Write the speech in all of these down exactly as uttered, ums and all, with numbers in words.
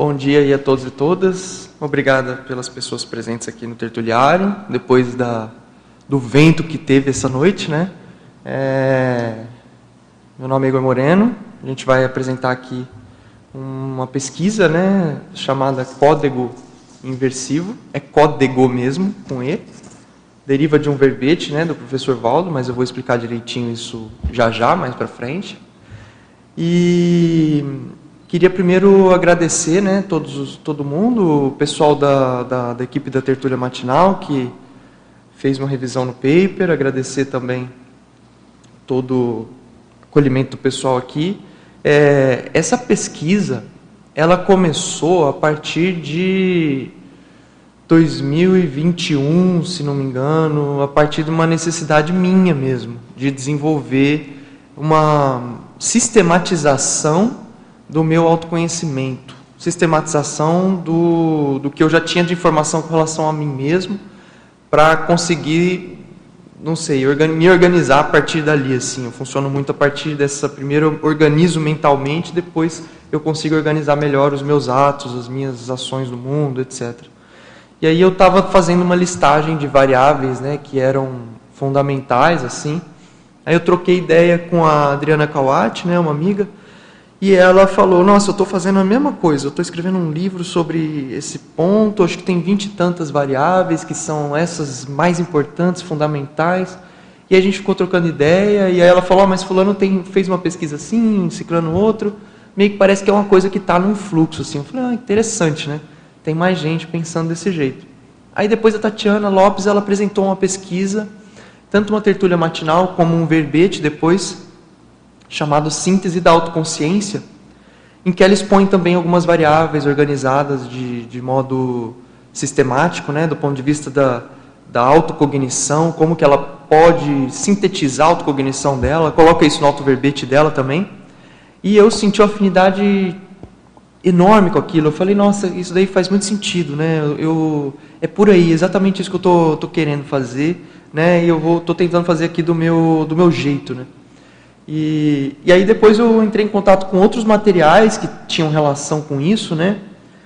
Bom dia aí a todos e todas. Obrigada pelas pessoas presentes aqui no tertuliário, depois da, do vento que teve essa noite, né? É, meu nome é Igor Moreno. A gente vai apresentar aqui uma pesquisa, né, chamada Códego Inversivo. É códego mesmo, com E. Deriva de um verbete, né, do professor Valdo, mas eu vou explicar direitinho isso já já, mais para frente. E queria primeiro agradecer, né, todos, todo mundo, o pessoal da, da, da equipe da Tertúlia Matinal, que fez uma revisão no paper, agradecer também todo o acolhimento do pessoal aqui. É, essa pesquisa, ela começou a partir de dois mil e vinte e um, se não me engano, a partir de uma necessidade minha mesmo, de desenvolver uma sistematização do meu autoconhecimento, sistematização do, do que eu já tinha de informação com relação a mim mesmo, para conseguir, não sei, me organizar a partir dali, assim. Eu funciono muito a partir dessa, primeiro eu organizo mentalmente, depois eu consigo organizar melhor os meus atos, as minhas ações no mundo, etcétera. E aí eu estava fazendo uma listagem de variáveis, né, que eram fundamentais, assim. Aí eu troquei ideia com a Adriana Kawati, né, uma amiga, e ela falou, nossa, eu estou fazendo a mesma coisa, eu estou escrevendo um livro sobre esse ponto, acho que tem vinte e tantas variáveis, que são essas mais importantes, fundamentais, e a gente ficou trocando ideia, e aí ela falou, oh, mas fulano tem, fez uma pesquisa assim, ciclano outro, meio que parece que é uma coisa que está num fluxo, assim. Eu falei, ah, interessante, né? Tem mais gente pensando desse jeito. Aí depois a Tatiana Lopes, ela apresentou uma pesquisa, tanto uma tertúlia matinal como um verbete depois, chamado Síntese da Autoconsciência, em que ela expõe também algumas variáveis organizadas de, de modo sistemático, né, do ponto de vista da, da autocognição, como que ela pode sintetizar a autocognição dela, coloca isso no autoverbete dela também, e eu senti uma afinidade enorme com aquilo. Eu falei, nossa, isso daí faz muito sentido, né? Eu, eu é por aí, exatamente isso que eu tô, tô querendo fazer, né? E eu vou, tô tentando fazer aqui do meu, do meu jeito, né? E, e aí depois eu entrei em contato com outros materiais que tinham relação com isso, né?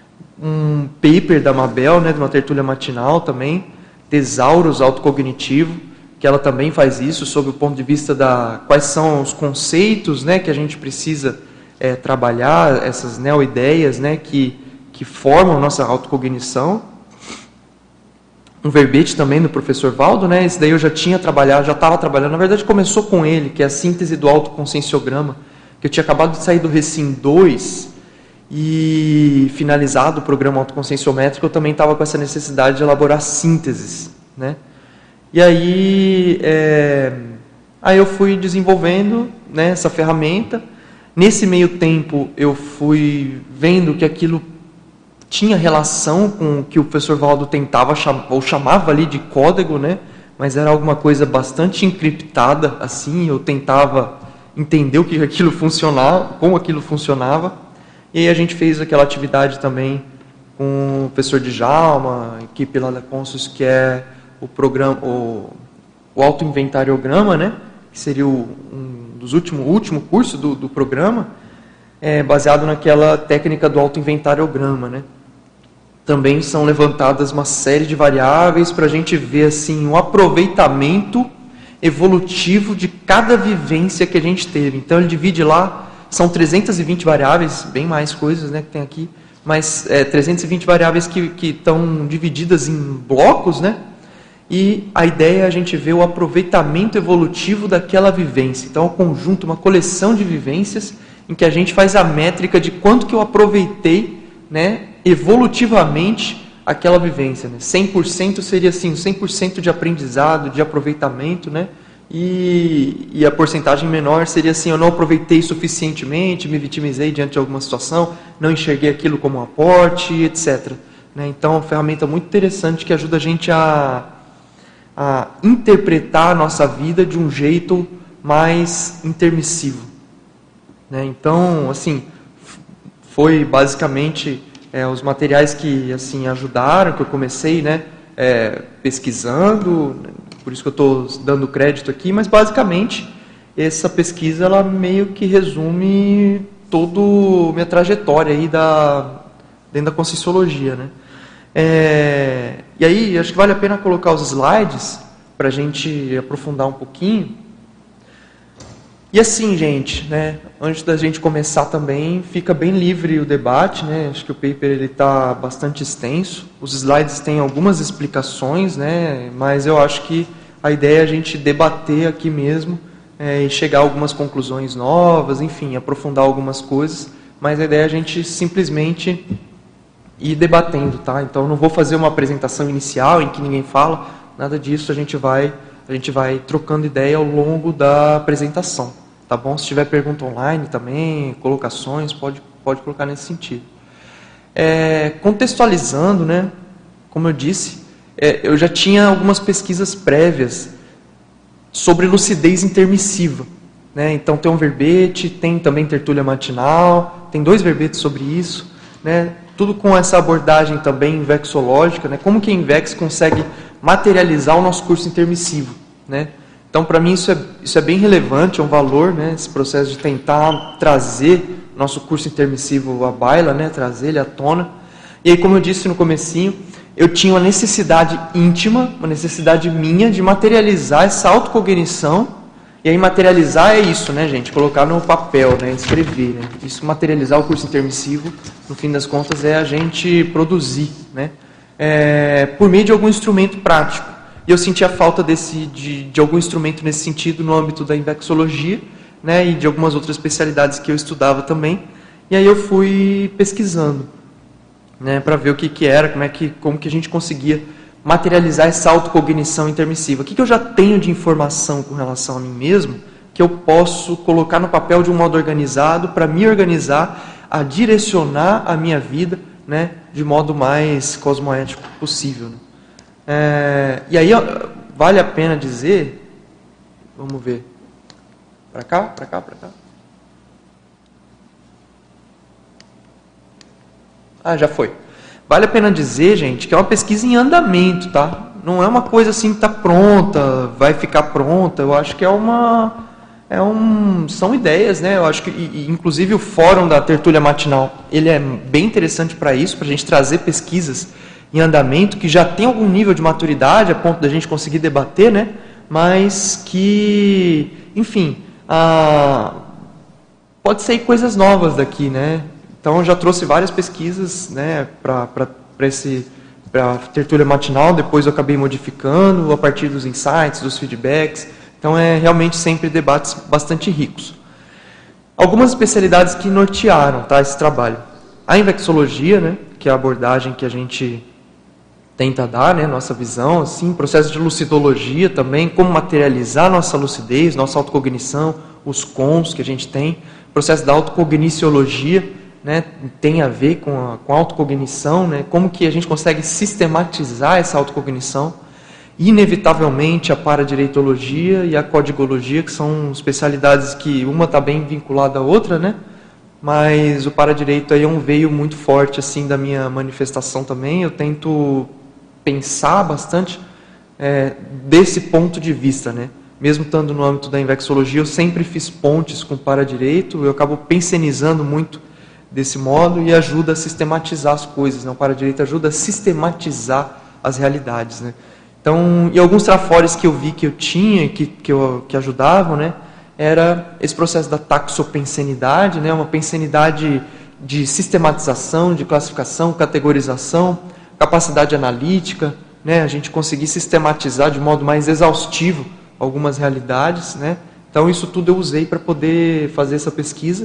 Um paper da Mabel, né, de uma tertúlia matinal também, Tesauros Autocognitivo, que ela também faz isso sob o ponto de vista da quais são os conceitos, né, que a gente precisa É, trabalhar, essas neo-ideias, né, que, que formam nossa autocognição. Um verbete também do professor Valdo, né, esse daí eu já tinha trabalhado, já estava trabalhando, na verdade começou com ele, que é a síntese do autoconscienciograma, que eu tinha acabado de sair do Recim dois e finalizado o programa autoconscienciométrico, eu também estava com essa necessidade de elaborar sínteses, né. E aí, é, aí eu fui desenvolvendo, né, essa ferramenta. Nesse meio tempo, eu fui vendo que aquilo tinha relação com o que o professor Valdo tentava, ou chamava ali de código, né? Mas era alguma coisa bastante encriptada, assim, eu tentava entender o que aquilo funcionava, como aquilo funcionava, e aí a gente fez aquela atividade também com o professor Djalma, a equipe lá da Consus, que é o programa, o, o autoinventariograma, né? Que seria o, um dos últimos, o último curso do, do programa, é, baseado naquela técnica do autoinventariograma, né? Também são levantadas uma série de variáveis para a gente ver assim, o aproveitamento evolutivo de cada vivência que a gente teve. Então ele divide lá, são trezentas e vinte variáveis, bem mais coisas, né, que tem aqui, mas é, trezentas e vinte variáveis que, que estão divididas em blocos, né? E a ideia é a gente ver o aproveitamento evolutivo daquela vivência. Então, é um conjunto, uma coleção de vivências em que a gente faz a métrica de quanto que eu aproveitei, né, evolutivamente aquela vivência. Né? cem por cento seria assim, cem por cento de aprendizado, de aproveitamento, né? E, e a porcentagem menor seria assim, eu não aproveitei suficientemente, me vitimizei diante de alguma situação, não enxerguei aquilo como um aporte, etcétera. Né? Então, é uma ferramenta muito interessante que ajuda a gente a a interpretar a nossa vida de um jeito mais intermissivo. Né? Então, assim, foi basicamente é, os materiais que assim, ajudaram, que eu comecei, né, é, pesquisando, por isso que eu estou dando crédito aqui, mas basicamente essa pesquisa ela meio que resume toda a minha trajetória aí da, dentro da Conscienciologia, né? É, e aí, acho que vale a pena colocar os slides para a gente aprofundar um pouquinho. E assim, gente, né, antes da gente começar também, fica bem livre o debate, né? Acho que o paper está bastante extenso. Os slides têm algumas explicações, né? Mas eu acho que a ideia é a gente debater aqui mesmo é, e chegar a algumas conclusões novas, enfim, aprofundar algumas coisas. Mas a ideia é a gente simplesmente ir debatendo, tá? Então, eu não vou fazer uma apresentação inicial em que ninguém fala, nada disso, a gente vai... A gente vai trocando ideia ao longo da apresentação, tá bom? Se tiver pergunta online também, colocações, pode, pode colocar nesse sentido. É, contextualizando, né, como eu disse, é, eu já tinha algumas pesquisas prévias sobre lucidez intermissiva, né? Então tem um verbete, tem também tertúlia matinal, tem dois verbetes sobre isso, né? Tudo com essa abordagem também invexológica, né? Como que a Invex consegue materializar o nosso curso intermissivo, né? Então, para mim, isso é, isso é bem relevante, é um valor, né? Esse processo de tentar trazer nosso curso intermissivo à baila, né? Trazer ele à tona. E aí, como eu disse no comecinho, eu tinha uma necessidade íntima, uma necessidade minha de materializar essa autocognição. E aí, materializar é isso, né, gente? Colocar no papel, né? Escrever, né? Isso, materializar o curso intermissivo, no fim das contas, é a gente produzir, né? É, por meio de algum instrumento prático. E eu sentia falta desse, de, de algum instrumento nesse sentido no âmbito da invexologia, né, e de algumas outras especialidades que eu estudava também. E aí eu fui pesquisando, né, para ver o que, que era, como, é que, como que a gente conseguia materializar essa autocognição intermissiva. O que, que eu já tenho de informação com relação a mim mesmo, que eu posso colocar no papel de um modo organizado para me organizar, a direcionar a minha vida, né, de modo mais cosmoético possível. Né? É, e aí vale a pena dizer, vamos ver, para cá, para cá, para cá. Ah, já foi. Vale a pena dizer, gente, que é uma pesquisa em andamento, tá? Não é uma coisa assim que está pronta, vai ficar pronta. Eu acho que é uma... É um, são ideias, né? Eu acho que, e, inclusive, o fórum da tertúlia matinal, ele é bem interessante para isso, para a gente trazer pesquisas em andamento que já tem algum nível de maturidade a ponto da gente conseguir debater, né? Mas que, enfim, ah, pode sair coisas novas daqui, né? Então, eu já trouxe várias pesquisas, né? Para esse para a tertúlia matinal, depois eu acabei modificando a partir dos insights, dos feedbacks. Então, é realmente sempre debates bastante ricos. Algumas especialidades que nortearam, tá, esse trabalho. A invexologia, né, que é a abordagem que a gente tenta dar, né, nossa visão, assim, processo de lucidologia também, como materializar nossa lucidez, nossa autocognição, os cons que a gente tem. Processo da autocogniciologia, né, tem a ver com a, com a autocognição, né, como que a gente consegue sistematizar essa autocognição. Inevitavelmente a paradireitologia e a codigologia, que são especialidades que uma está bem vinculada à outra, né? Mas o paradireito aí é um veio muito forte assim da minha manifestação também. Eu tento pensar bastante é, desse ponto de vista, né? Mesmo estando no âmbito da invexologia, eu sempre fiz pontes com o paradireito, eu acabo pensenizando muito desse modo e ajuda a sistematizar as coisas, né? O paradireito ajuda a sistematizar as realidades, né? Então, e alguns trafores que eu vi que eu tinha, que, que, eu, que ajudavam, né, era esse processo da taxopensenidade, né, uma pensenidade de sistematização, de classificação, categorização, capacidade analítica, né, a gente conseguir sistematizar de modo mais exaustivo algumas realidades. Né, então, isso tudo eu usei para poder fazer essa pesquisa.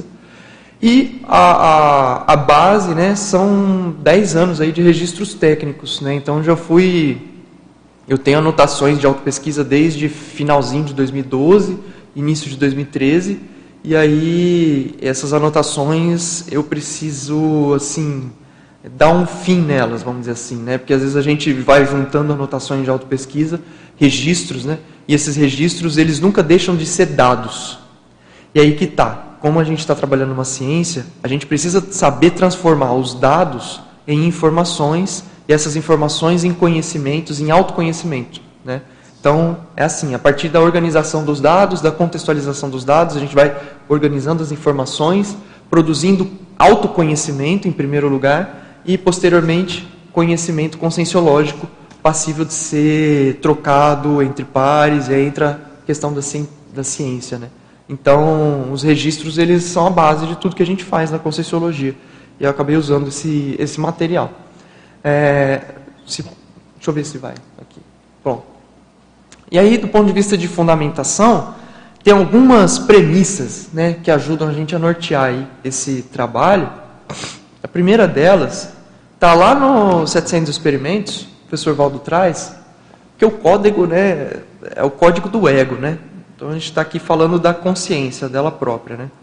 E a, a, a base, né, são dez anos aí de registros técnicos. Né, então, já fui... Eu tenho anotações de autopesquisa desde finalzinho de dois mil e doze, início de dois mil e treze, e aí essas anotações eu preciso, assim, dar um fim nelas, vamos dizer assim, né? Porque às vezes a gente vai juntando anotações de autopesquisa, registros, né? E esses registros, eles nunca deixam de ser dados. E aí que tá, como a gente está trabalhando numa ciência, a gente precisa saber transformar os dados em informações, e essas informações em conhecimentos, em autoconhecimento. Né? Então, é assim, a partir da organização dos dados, da contextualização dos dados, a gente vai organizando as informações, produzindo autoconhecimento, em primeiro lugar, e, posteriormente, conhecimento conscienciológico passível de ser trocado entre pares, e aí entra a questão da, ci da ciência, né? Então, os registros, eles são a base de tudo que a gente faz na conscienciologia. E eu acabei usando esse, esse material. É, se, deixa eu ver se vai aqui. Pronto. E aí, do ponto de vista de fundamentação, tem algumas premissas, né, que ajudam a gente a nortear aí esse trabalho. A primeira delas está lá no setecentos Experimentos, o professor Valdo traz, que o código, né, é o código do ego, né? Então a gente está aqui falando da consciência dela própria, né?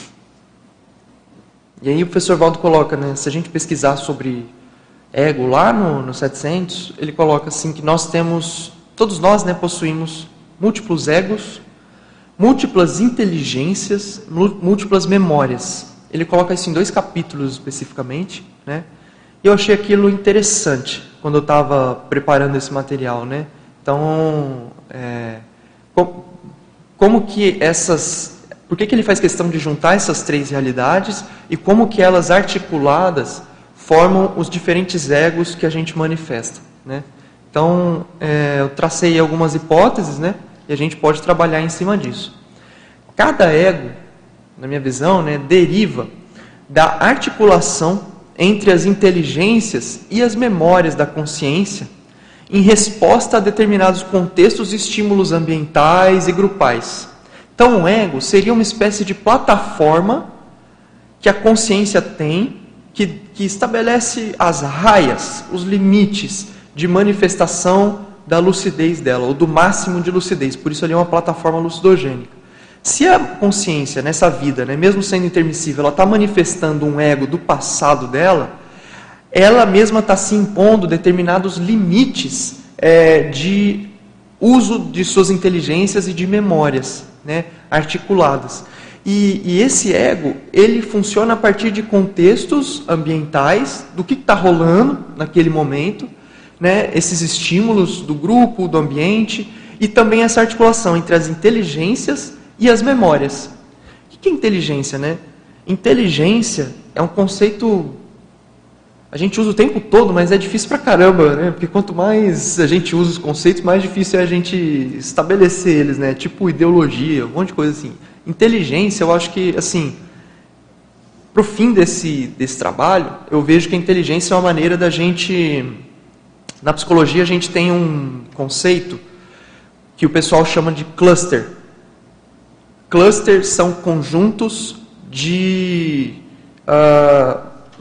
E aí o professor Valdo coloca, né, se a gente pesquisar sobre ego lá no, no setecentos, ele coloca assim que nós temos, todos nós, né, possuímos múltiplos egos, múltiplas inteligências, múltiplas memórias. Ele coloca isso em dois capítulos especificamente, né? E eu achei aquilo interessante quando eu estava preparando esse material, né? Então, é, como, como que essas... Por que que ele faz questão de juntar essas três realidades e como que elas articuladas formam os diferentes egos que a gente manifesta, né? Então, é, eu tracei algumas hipóteses, né? E a gente pode trabalhar em cima disso. Cada ego, na minha visão, né, deriva da articulação entre as inteligências e as memórias da consciência em resposta a determinados contextos e estímulos ambientais e grupais. Então, o ego seria uma espécie de plataforma que a consciência tem, que, que estabelece as raias, os limites de manifestação da lucidez dela, ou do máximo de lucidez. Por isso, ali é uma plataforma lucidogênica. Se a consciência, nessa vida, né, mesmo sendo intermissível, ela está manifestando um ego do passado dela, ela mesma está se impondo determinados limites é, de uso de suas inteligências e de memórias, né, articuladas. E, e esse ego, ele funciona a partir de contextos ambientais, do que está rolando naquele momento, né, esses estímulos do grupo, do ambiente, e também essa articulação entre as inteligências e as memórias. O que é inteligência, né? Inteligência é um conceito... A gente usa o tempo todo, mas é difícil pra caramba, né? Porque quanto mais a gente usa os conceitos, mais difícil é a gente estabelecer eles, né? Tipo ideologia, um monte de coisa assim. Inteligência, eu acho que, assim... Pro fim desse, desse trabalho, eu vejo que a inteligência é uma maneira da gente... Na psicologia, a gente tem um conceito que o pessoal chama de cluster. Clusters são conjuntos de uh,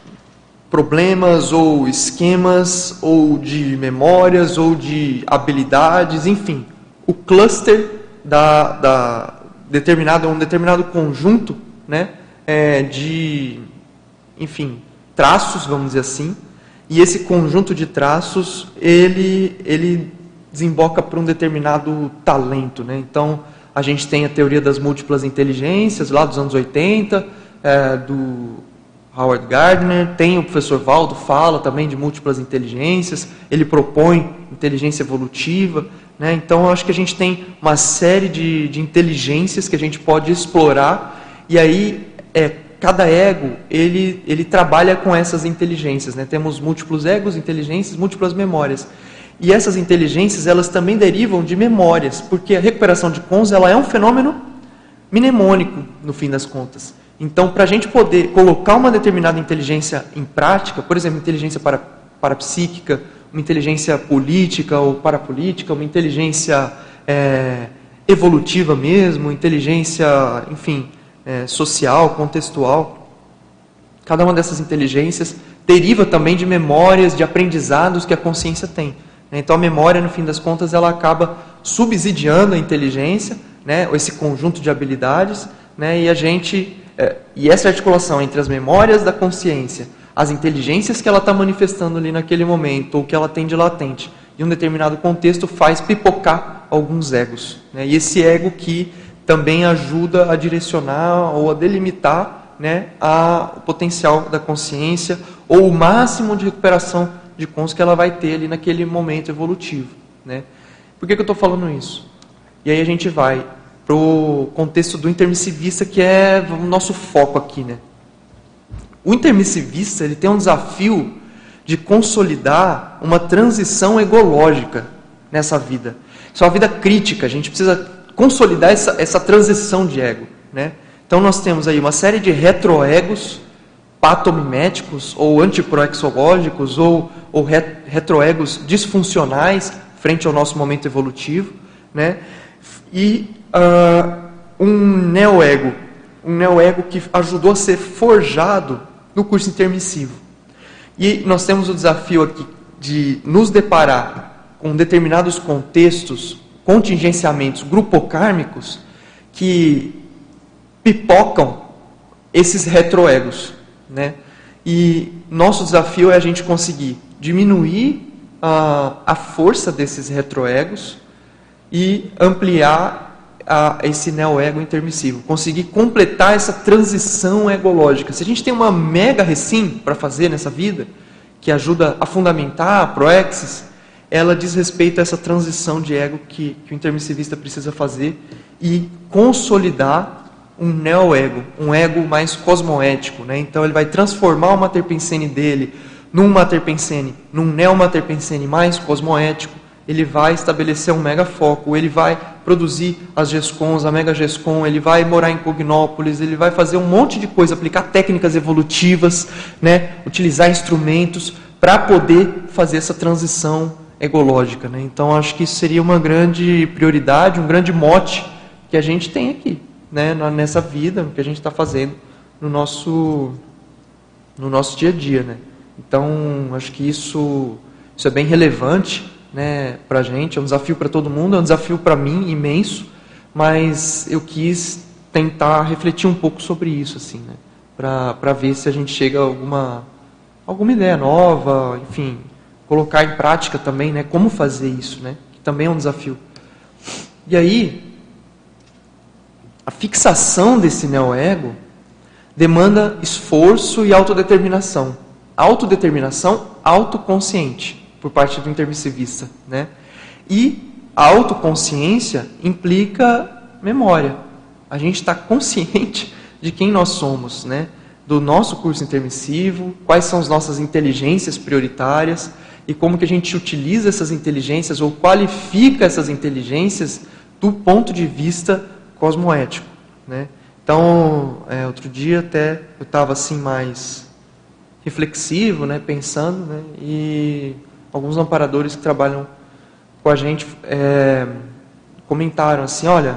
problemas ou esquemas, ou de memórias, ou de habilidades, enfim. O cluster da, da determinado, um determinado conjunto, né, é, de, enfim, traços, vamos dizer assim, e esse conjunto de traços, ele, ele desemboca para um determinado talento, né? Então, a gente tem a teoria das múltiplas inteligências, lá dos anos oitenta, é, do Howard Gardner, tem o professor Valdo, fala também de múltiplas inteligências, ele propõe inteligência evolutiva, né? Então, eu acho que a gente tem uma série de, de inteligências que a gente pode explorar, e aí, é, cada ego, ele, ele trabalha com essas inteligências, né? Temos múltiplos egos, inteligências, múltiplas memórias. E essas inteligências, elas também derivam de memórias, porque a recuperação de cons, ela é um fenômeno mnemônico, no fim das contas. Então, para a gente poder colocar uma determinada inteligência em prática, por exemplo, inteligência para, parapsíquica, uma inteligência política ou parapolítica, uma inteligência é, evolutiva mesmo, inteligência, enfim, é, social, contextual, cada uma dessas inteligências deriva também de memórias, de aprendizados que a consciência tem. Então, a memória, no fim das contas, ela acaba subsidiando a inteligência, né, esse conjunto de habilidades, né, e a gente, é, e essa articulação entre as memórias da consciência, as inteligências que ela está manifestando ali naquele momento, ou que ela tem de latente, em um determinado contexto, faz pipocar alguns egos, né, e esse ego que também ajuda a direcionar ou a delimitar, né, a, o potencial da consciência, ou o máximo de recuperação de cons que ela vai ter ali naquele momento evolutivo, né? Por que que eu estou falando isso? E aí a gente vai para o contexto do intermissivista, que é o nosso foco aqui, né? O intermissivista, ele tem um desafio de consolidar uma transição egológica nessa vida. Isso é uma vida crítica, a gente precisa consolidar essa, essa transição de ego, né? Então nós temos aí uma série de retroegos patomiméticos ou antiproexológicos ou, ou re, retroegos disfuncionais frente ao nosso momento evolutivo, né? E uh, um neoego, um neoego que ajudou a ser forjado no curso intermissivo. E nós temos o desafio aqui de nos deparar com determinados contextos, contingenciamentos grupocármicos que pipocam esses retroegos, né? E nosso desafio é a gente conseguir diminuir a, a força desses retroegos e ampliar a, esse neoego intermissivo, conseguir completar essa transição egológica. Se a gente tem uma mega recim para fazer nessa vida, que ajuda a fundamentar a proexis, ela diz respeito a essa transição de ego que, que o intermissivista precisa fazer e consolidar um neoego, um ego mais cosmoético, né? Então ele vai transformar o materpensene dele num materpensene, num neomaterpensene mais cosmoético. Ele vai estabelecer um mega foco, ele vai produzir as GESCONs, a mega GESCON, ele vai morar em Cognópolis, ele vai fazer um monte de coisa, aplicar técnicas evolutivas, né? Utilizar instrumentos para poder fazer essa transição egológica, né? Então acho que isso seria uma grande prioridade, um grande mote que a gente tem aqui, né? Nessa vida, que a gente está fazendo no nosso, no nosso dia a dia, né? Então acho que isso, isso é bem relevante, né, para a gente, é um desafio para todo mundo, é um desafio para mim imenso, mas eu quis tentar refletir um pouco sobre isso, assim, né, para ver se a gente chega a alguma, alguma ideia nova, enfim, colocar em prática também, né, como fazer isso, né, que também é um desafio. E aí, a fixação desse neoego demanda esforço e autodeterminação. Autodeterminação autoconsciente por parte do intermissivista, né? E a autoconsciência implica memória. A gente está consciente de quem nós somos, né? Do nosso curso intermissivo, quais são as nossas inteligências prioritárias e como que a gente utiliza essas inteligências ou qualifica essas inteligências do ponto de vista cosmoético, né? Então, é, outro dia até eu estava assim mais reflexivo, né? Pensando, né? E alguns amparadores que trabalham com a gente é, comentaram assim, olha,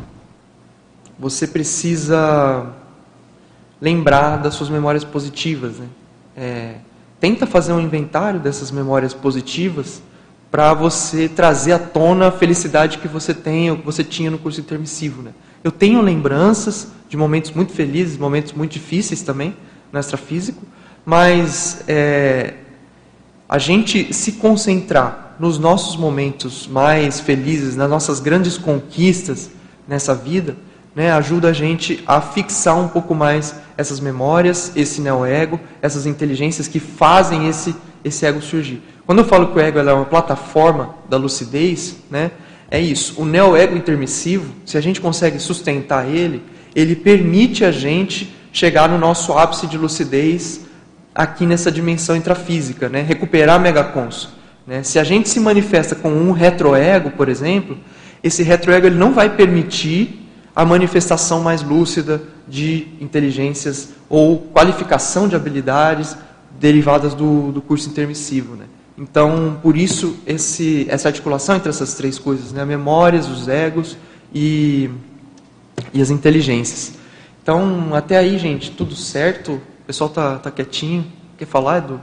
você precisa lembrar das suas memórias positivas, né? É, tenta fazer um inventário dessas memórias positivas para você trazer à tona a felicidade que você tem ou que você tinha no curso intermissivo, né? Eu tenho lembranças de momentos muito felizes, momentos muito difíceis também no extrafísico, mas é, a gente se concentrar nos nossos momentos mais felizes, nas nossas grandes conquistas nessa vida, né, ajuda a gente a fixar um pouco mais essas memórias, esse neoego, essas inteligências que fazem esse, esse ego surgir. Quando eu falo que o ego é uma plataforma da lucidez, né, é isso. O neoego intermissivo, se a gente consegue sustentar ele, ele permite a gente chegar no nosso ápice de lucidez aqui nessa dimensão intrafísica, né? Recuperar megacons, né? Se a gente se manifesta com um retroego, por exemplo, esse retroego ele não vai permitir a manifestação mais lúcida de inteligências ou qualificação de habilidades derivadas do, do curso intermissivo, né? Então, por isso, esse, essa articulação entre essas três coisas, né? Memórias, os egos e, e as inteligências. Então, até aí, gente, tudo certo? O pessoal tá, tá quietinho. Quer falar, Edu?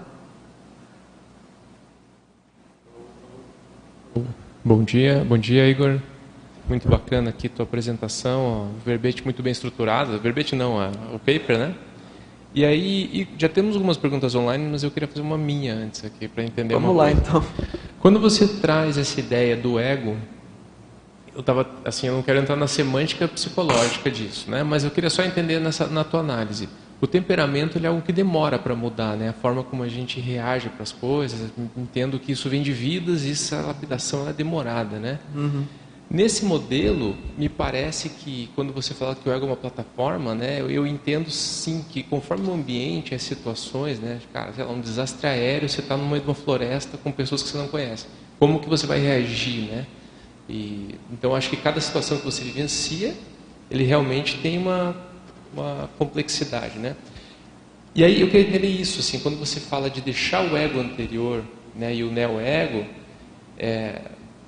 Bom dia, bom dia, Igor. Muito bacana aqui a tua apresentação, ó, o verbete muito bem estruturado. O verbete não, a, o paper, né? E aí, e já temos algumas perguntas online, mas eu queria fazer uma minha antes aqui, para entender Vamos uma lá, coisa. então. Quando você traz essa ideia do ego, eu tava, assim, eu não quero entrar na semântica psicológica disso, né? Mas eu queria só entender nessa, na tua análise. O temperamento ele é algo que demora para mudar, né? A forma como a gente reage para as coisas. Entendo que isso vem de vidas e essa lapidação ela é demorada, né? Uhum. Nesse modelo, me parece que, quando você fala que o ego é uma plataforma, né, eu, eu entendo sim que conforme o ambiente, as situações, né, cara, sei lá, um desastre aéreo, você está no meio de uma floresta com pessoas que você não conhece. Como que você vai reagir, né? E, então, acho que cada situação que você vivencia, ele realmente tem uma, uma complexidade, né? E aí eu queria entender isso, assim, quando você fala de deixar o ego anterior, né, e o neo-ego, é,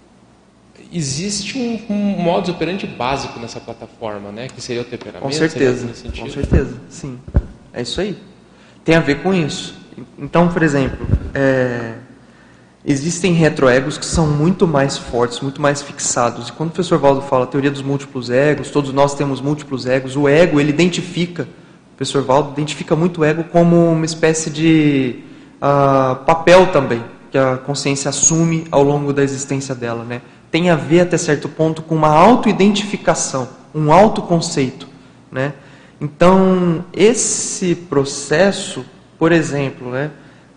existe um, um modus operandi básico nessa plataforma, né? Que seria o temperamento. Com certeza, com certeza, sim. É isso aí. Tem a ver com isso. Então, por exemplo, é, existem retroegos que são muito mais fortes, muito mais fixados. E quando o professor Valdo fala a teoria dos múltiplos egos, todos nós temos múltiplos egos, o ego, ele identifica, o professor Valdo identifica muito o ego como uma espécie de uh, papel também, que a consciência assume ao longo da existência dela, né? Tem a ver até certo ponto com uma auto-identificação, um autoconceito, né? Então, esse processo, por exemplo, né,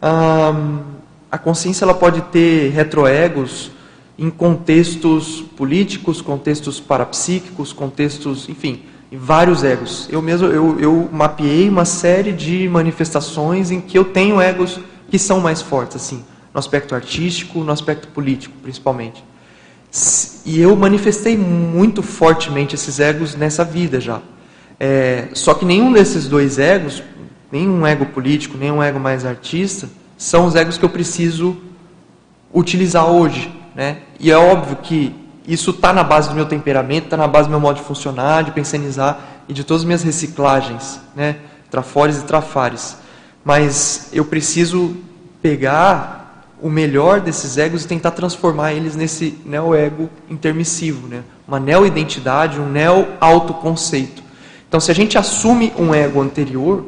a consciência ela pode ter retroegos em contextos políticos, contextos parapsíquicos, contextos, enfim, em vários egos. Eu mesmo eu, eu mapeei uma série de manifestações em que eu tenho egos que são mais fortes, assim, no aspecto artístico, no aspecto político, principalmente. E eu manifestei muito fortemente esses egos nessa vida já. É, só que nenhum desses dois egos, nenhum ego político, nenhum ego mais artista, são os egos que eu preciso utilizar hoje, né? E é óbvio que isso está na base do meu temperamento, está na base do meu modo de funcionar, de pensanizar e de todas as minhas reciclagens, né? Trafores e trafares. Mas eu preciso pegar o melhor desses egos e tentar transformar eles nesse neo-ego intermissivo, né? Uma neo-identidade, um neo-autoconceito. Então, se a gente assume um ego anterior,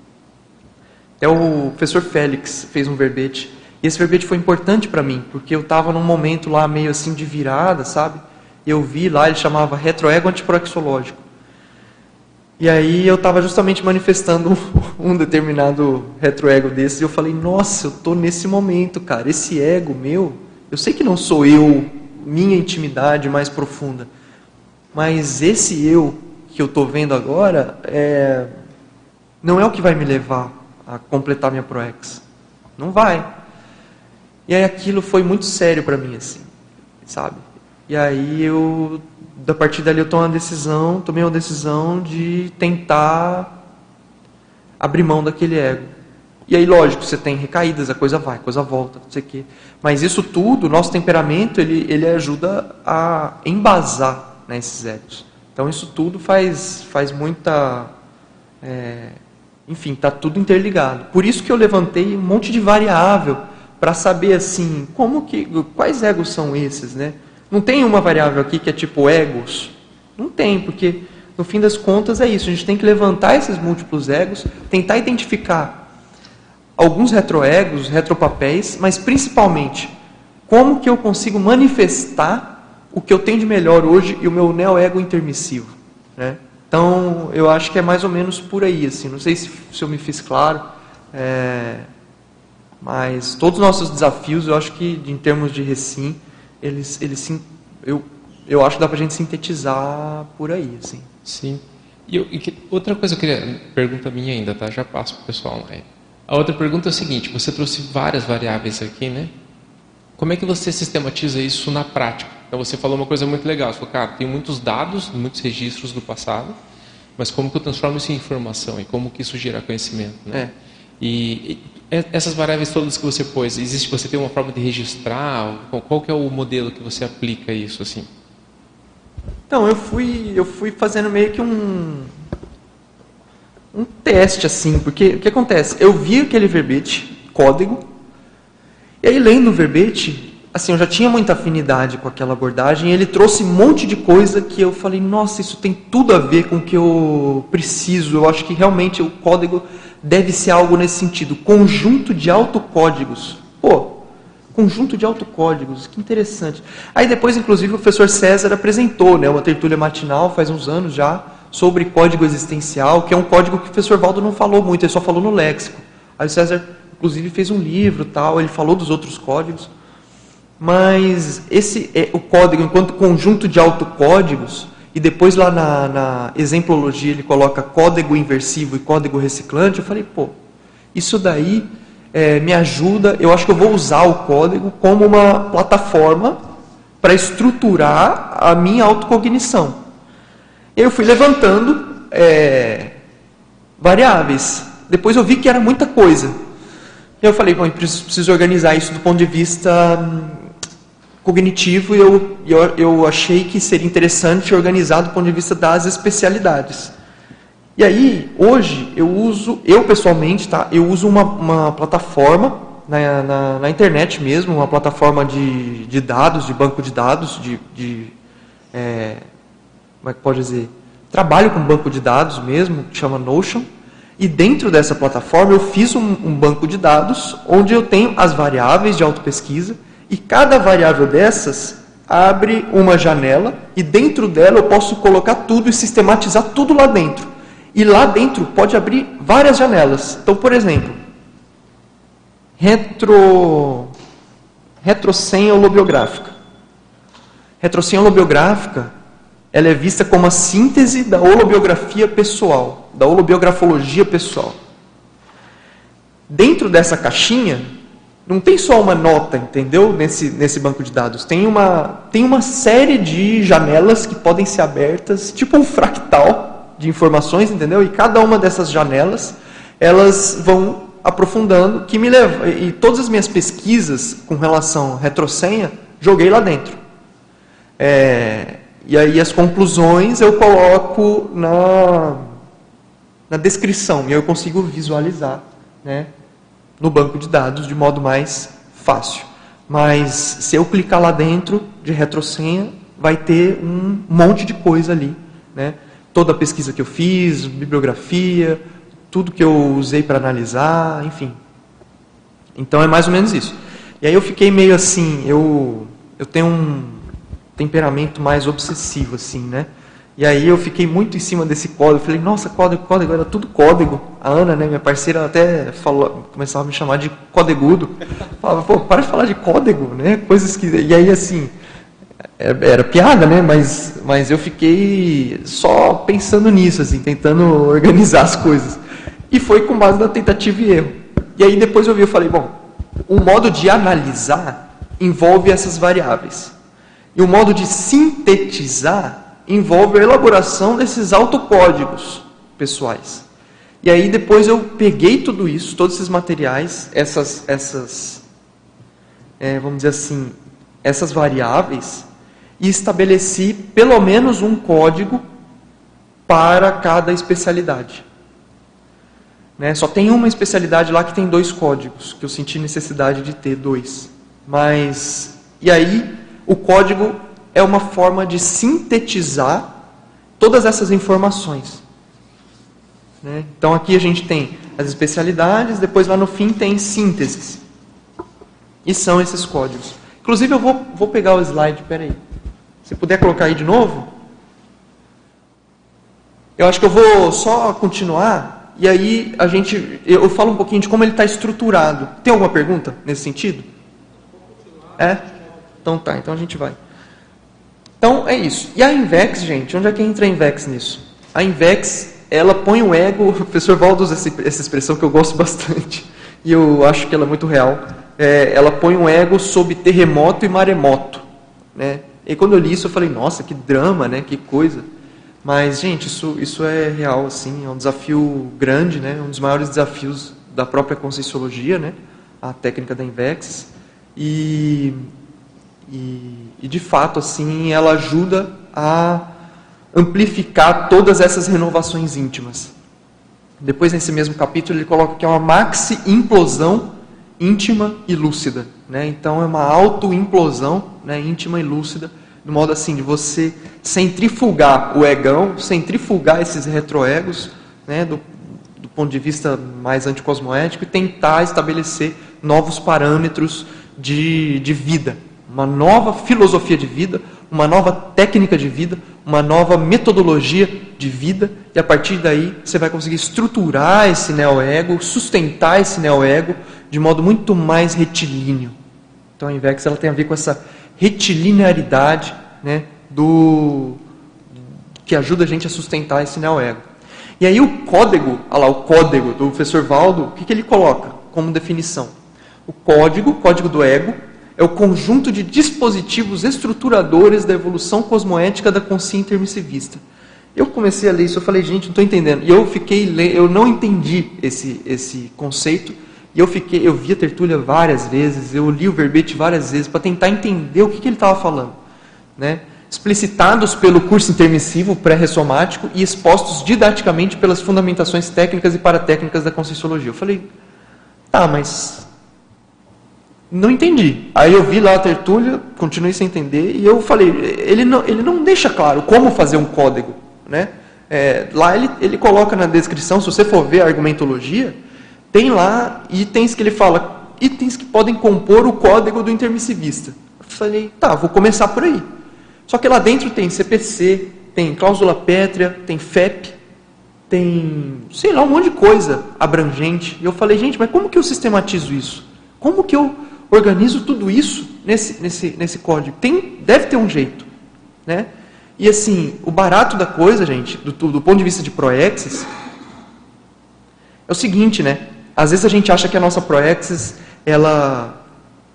até o professor Félix fez um verbete, e esse verbete foi importante para mim, porque eu estava num momento lá meio assim de virada, sabe? E eu vi lá, ele chamava retroego antiproexológico. E aí eu estava justamente manifestando um determinado retroego desses, e eu falei, nossa, eu estou nesse momento, cara, esse ego meu, eu sei que não sou eu, minha intimidade mais profunda, mas esse eu que eu estou vendo agora, é, não é o que vai me levar a completar minha proex. Não vai. E aí aquilo foi muito sério para mim, assim, sabe? E aí eu, a partir dali eu tomei uma decisão, tomei uma decisão de tentar abrir mão daquele ego. E aí, lógico, você tem recaídas, a coisa vai, a coisa volta, não sei o quê. Mas isso tudo, nosso temperamento, ele, ele ajuda a embasar, né, esses egos. Então isso tudo faz, faz muita... É, enfim, está tudo interligado. Por isso que eu levantei um monte de variável para saber, assim, como que, quais egos são esses, né? Não tem uma variável aqui que é tipo egos. Não tem, porque no fim das contas é isso. A gente tem que levantar esses múltiplos egos, tentar identificar alguns retroegos, retropapéis, mas principalmente como que eu consigo manifestar o que eu tenho de melhor hoje e o meu neo-ego intermissivo, né? Então, eu acho que é mais ou menos por aí, assim. Não sei se, se eu me fiz claro, é, mas todos os nossos desafios, eu acho que, em termos de recim, eles, eles eu, eu acho que dá para a gente sintetizar por aí, assim. Sim. E, eu, e que, outra coisa que eu queria, pergunta minha ainda, tá? Já passo para o pessoal online. A outra pergunta é o seguinte, você trouxe várias variáveis aqui, né? Como é que você sistematiza isso na prática? Então você falou uma coisa muito legal, você falou, cara, tem muitos dados, muitos registros do passado, mas como que eu transformo isso em informação e como que isso gera conhecimento, né? É. E, e essas variáveis todas que você pôs, existe, você tem uma forma de registrar? Qual que é o modelo que você aplica isso, assim? Então, eu fui, eu fui fazendo meio que um, um teste, assim, porque o que acontece? Eu vi aquele verbete, código, e aí lendo o verbete, assim, eu já tinha muita afinidade com aquela abordagem, e ele trouxe um monte de coisa que eu falei, nossa, isso tem tudo a ver com o que eu preciso, eu acho que realmente o código deve ser algo nesse sentido, conjunto de autocódigos. Pô, conjunto de autocódigos, que interessante. Aí depois, inclusive, o professor César apresentou, né, uma tertúlia matinal, faz uns anos já, sobre código existencial, que é um código que o professor Valdo não falou muito, ele só falou no léxico. Aí o César, inclusive, fez um livro, tal, ele falou dos outros códigos. mas esse é o código enquanto conjunto de autocódigos, e depois lá na, na exemplologia ele coloca código inversivo e código reciclante, eu falei, pô, isso daí é, me ajuda, eu acho que eu vou usar o código como uma plataforma para estruturar a minha autocognição. Eu fui levantando é, variáveis, depois eu vi que era muita coisa. Eu falei, bom, eu preciso organizar isso do ponto de vista hum, cognitivo, e eu, eu, eu achei que seria interessante organizar do ponto de vista das especialidades. E aí, hoje, eu uso, eu pessoalmente, tá, eu uso uma, uma plataforma na, na, na internet mesmo, uma plataforma de, de dados, de banco de dados, de, de é, como é que pode dizer? Trabalho com banco de dados mesmo, que chama Notion. E dentro dessa plataforma eu fiz um, um banco de dados onde eu tenho as variáveis de autopesquisa, e cada variável dessas abre uma janela, e dentro dela eu posso colocar tudo e sistematizar tudo lá dentro. E lá dentro pode abrir várias janelas. Então, por exemplo, retro, retrosenha holobiográfica. Retrosenha holobiográfica, ela é vista como a síntese da holobiografia pessoal, da holobiografologia pessoal. Dentro dessa caixinha, não tem só uma nota, entendeu? Nesse, nesse banco de dados. Tem uma, tem uma série de janelas que podem ser abertas, tipo um fractal de informações, entendeu? E cada uma dessas janelas, elas vão aprofundando, que me leva, e todas as minhas pesquisas com relação à retrosenha, joguei lá dentro. É, e aí as conclusões eu coloco na, na descrição, e eu consigo visualizar, né, no banco de dados de modo mais fácil. Mas se eu clicar lá dentro de retrosenha, vai ter um monte de coisa ali, né? Toda a pesquisa que eu fiz, bibliografia, tudo que eu usei para analisar, enfim. Então é mais ou menos isso. E aí eu fiquei meio assim, eu, eu tenho um temperamento mais obsessivo, assim, né? E aí eu fiquei muito em cima desse código. Eu falei, nossa, código, código, era tudo código. A Ana, né, minha parceira, até falou, começava a me chamar de codegudo. Falava, pô, para de falar de código, né? Coisas que... E aí, assim, era, era piada, né? Mas, mas eu fiquei só pensando nisso, assim, tentando organizar as coisas. E foi com base na tentativa e erro. E aí depois eu vi, eu falei, bom, o modo de analisar envolve essas variáveis. E o modo de sintetizar envolve a elaboração desses autocódigos pessoais. E aí depois eu peguei tudo isso, todos esses materiais, essas, essas é, vamos dizer assim, essas variáveis, e estabeleci pelo menos um código para cada especialidade. Né? Só tem uma especialidade lá que tem dois códigos, que eu senti necessidade de ter dois. Mas, e aí, o código é uma forma de sintetizar todas essas informações. Né? Então aqui a gente tem as especialidades, depois lá no fim tem sínteses. E são esses códigos. Inclusive eu vou, vou pegar o slide, peraí. Se puder colocar aí de novo. Eu acho que eu vou só continuar, e aí a gente, eu falo um pouquinho de como ele está estruturado. Tem alguma pergunta nesse sentido? É? Então tá, então a gente vai. Então, é isso. E a Invex, gente, onde é que entra a Invex nisso? A Invex, ela põe o ego, o professor Valdo usa essa expressão que eu gosto bastante, e eu acho que ela é muito real, é, ela põe o ego sob terremoto e maremoto. Né? E quando eu li isso, eu falei, nossa, que drama, né? Que coisa. Mas, gente, isso, isso é real, assim, é um desafio grande, né? Um dos maiores desafios da própria Conscienciologia, né? A técnica da Invex. E... E, e, de fato, assim, ela ajuda a amplificar todas essas renovações íntimas. Depois, nesse mesmo capítulo, ele coloca que é uma maxi-implosão íntima e lúcida. Né? Então, é uma auto-implosão, né, íntima e lúcida, de modo assim, de você centrifugar o egão, centrifugar esses retroegos, né, do, do ponto de vista mais anticosmoético, e tentar estabelecer novos parâmetros de, de vida. Uma nova filosofia de vida, uma nova técnica de vida, uma nova metodologia de vida, e a partir daí você vai conseguir estruturar esse neoego, sustentar esse neoego de modo muito mais retilíneo. Então Então a INVEX ela tem a ver com essa retilinearidade, né, do, que ajuda a gente a sustentar esse neo-ego. E aí o código, olha lá, o código do professor Valdo, o que, que ele coloca como definição? O código, o código do ego, é o conjunto de dispositivos estruturadores da evolução cosmoética da consciência intermissivista. Eu comecei a ler isso, eu falei, gente, não estou entendendo. E eu fiquei, eu não entendi esse, esse conceito, e eu fiquei, eu vi a tertúlia várias vezes, eu li o verbete várias vezes, para tentar entender o que, que ele estava falando. Né? Explicitados pelo curso intermissivo pré-ressomático e expostos didaticamente pelas fundamentações técnicas e paratécnicas da Conscienciologia. Eu falei, tá, mas não entendi. Aí eu vi lá a tertúlia, continuei sem entender, e eu falei, ele não, ele não deixa claro como fazer um código. Né? É, lá ele, ele coloca na descrição, se você for ver a argumentologia, tem lá itens que ele fala, itens que podem compor o código do intermissivista. Eu falei, tá, vou começar por aí. Só que lá dentro tem C P C, tem cláusula pétrea, tem F E P, tem, sei lá, um monte de coisa abrangente. E eu falei, gente, mas como que eu sistematizo isso? Como que eu organizo tudo isso nesse, nesse, nesse código? Tem, deve ter um jeito. Né? E assim, o barato da coisa, gente, do, do ponto de vista de proexis, é o seguinte, né? Às vezes a gente acha que a nossa proexis, ela...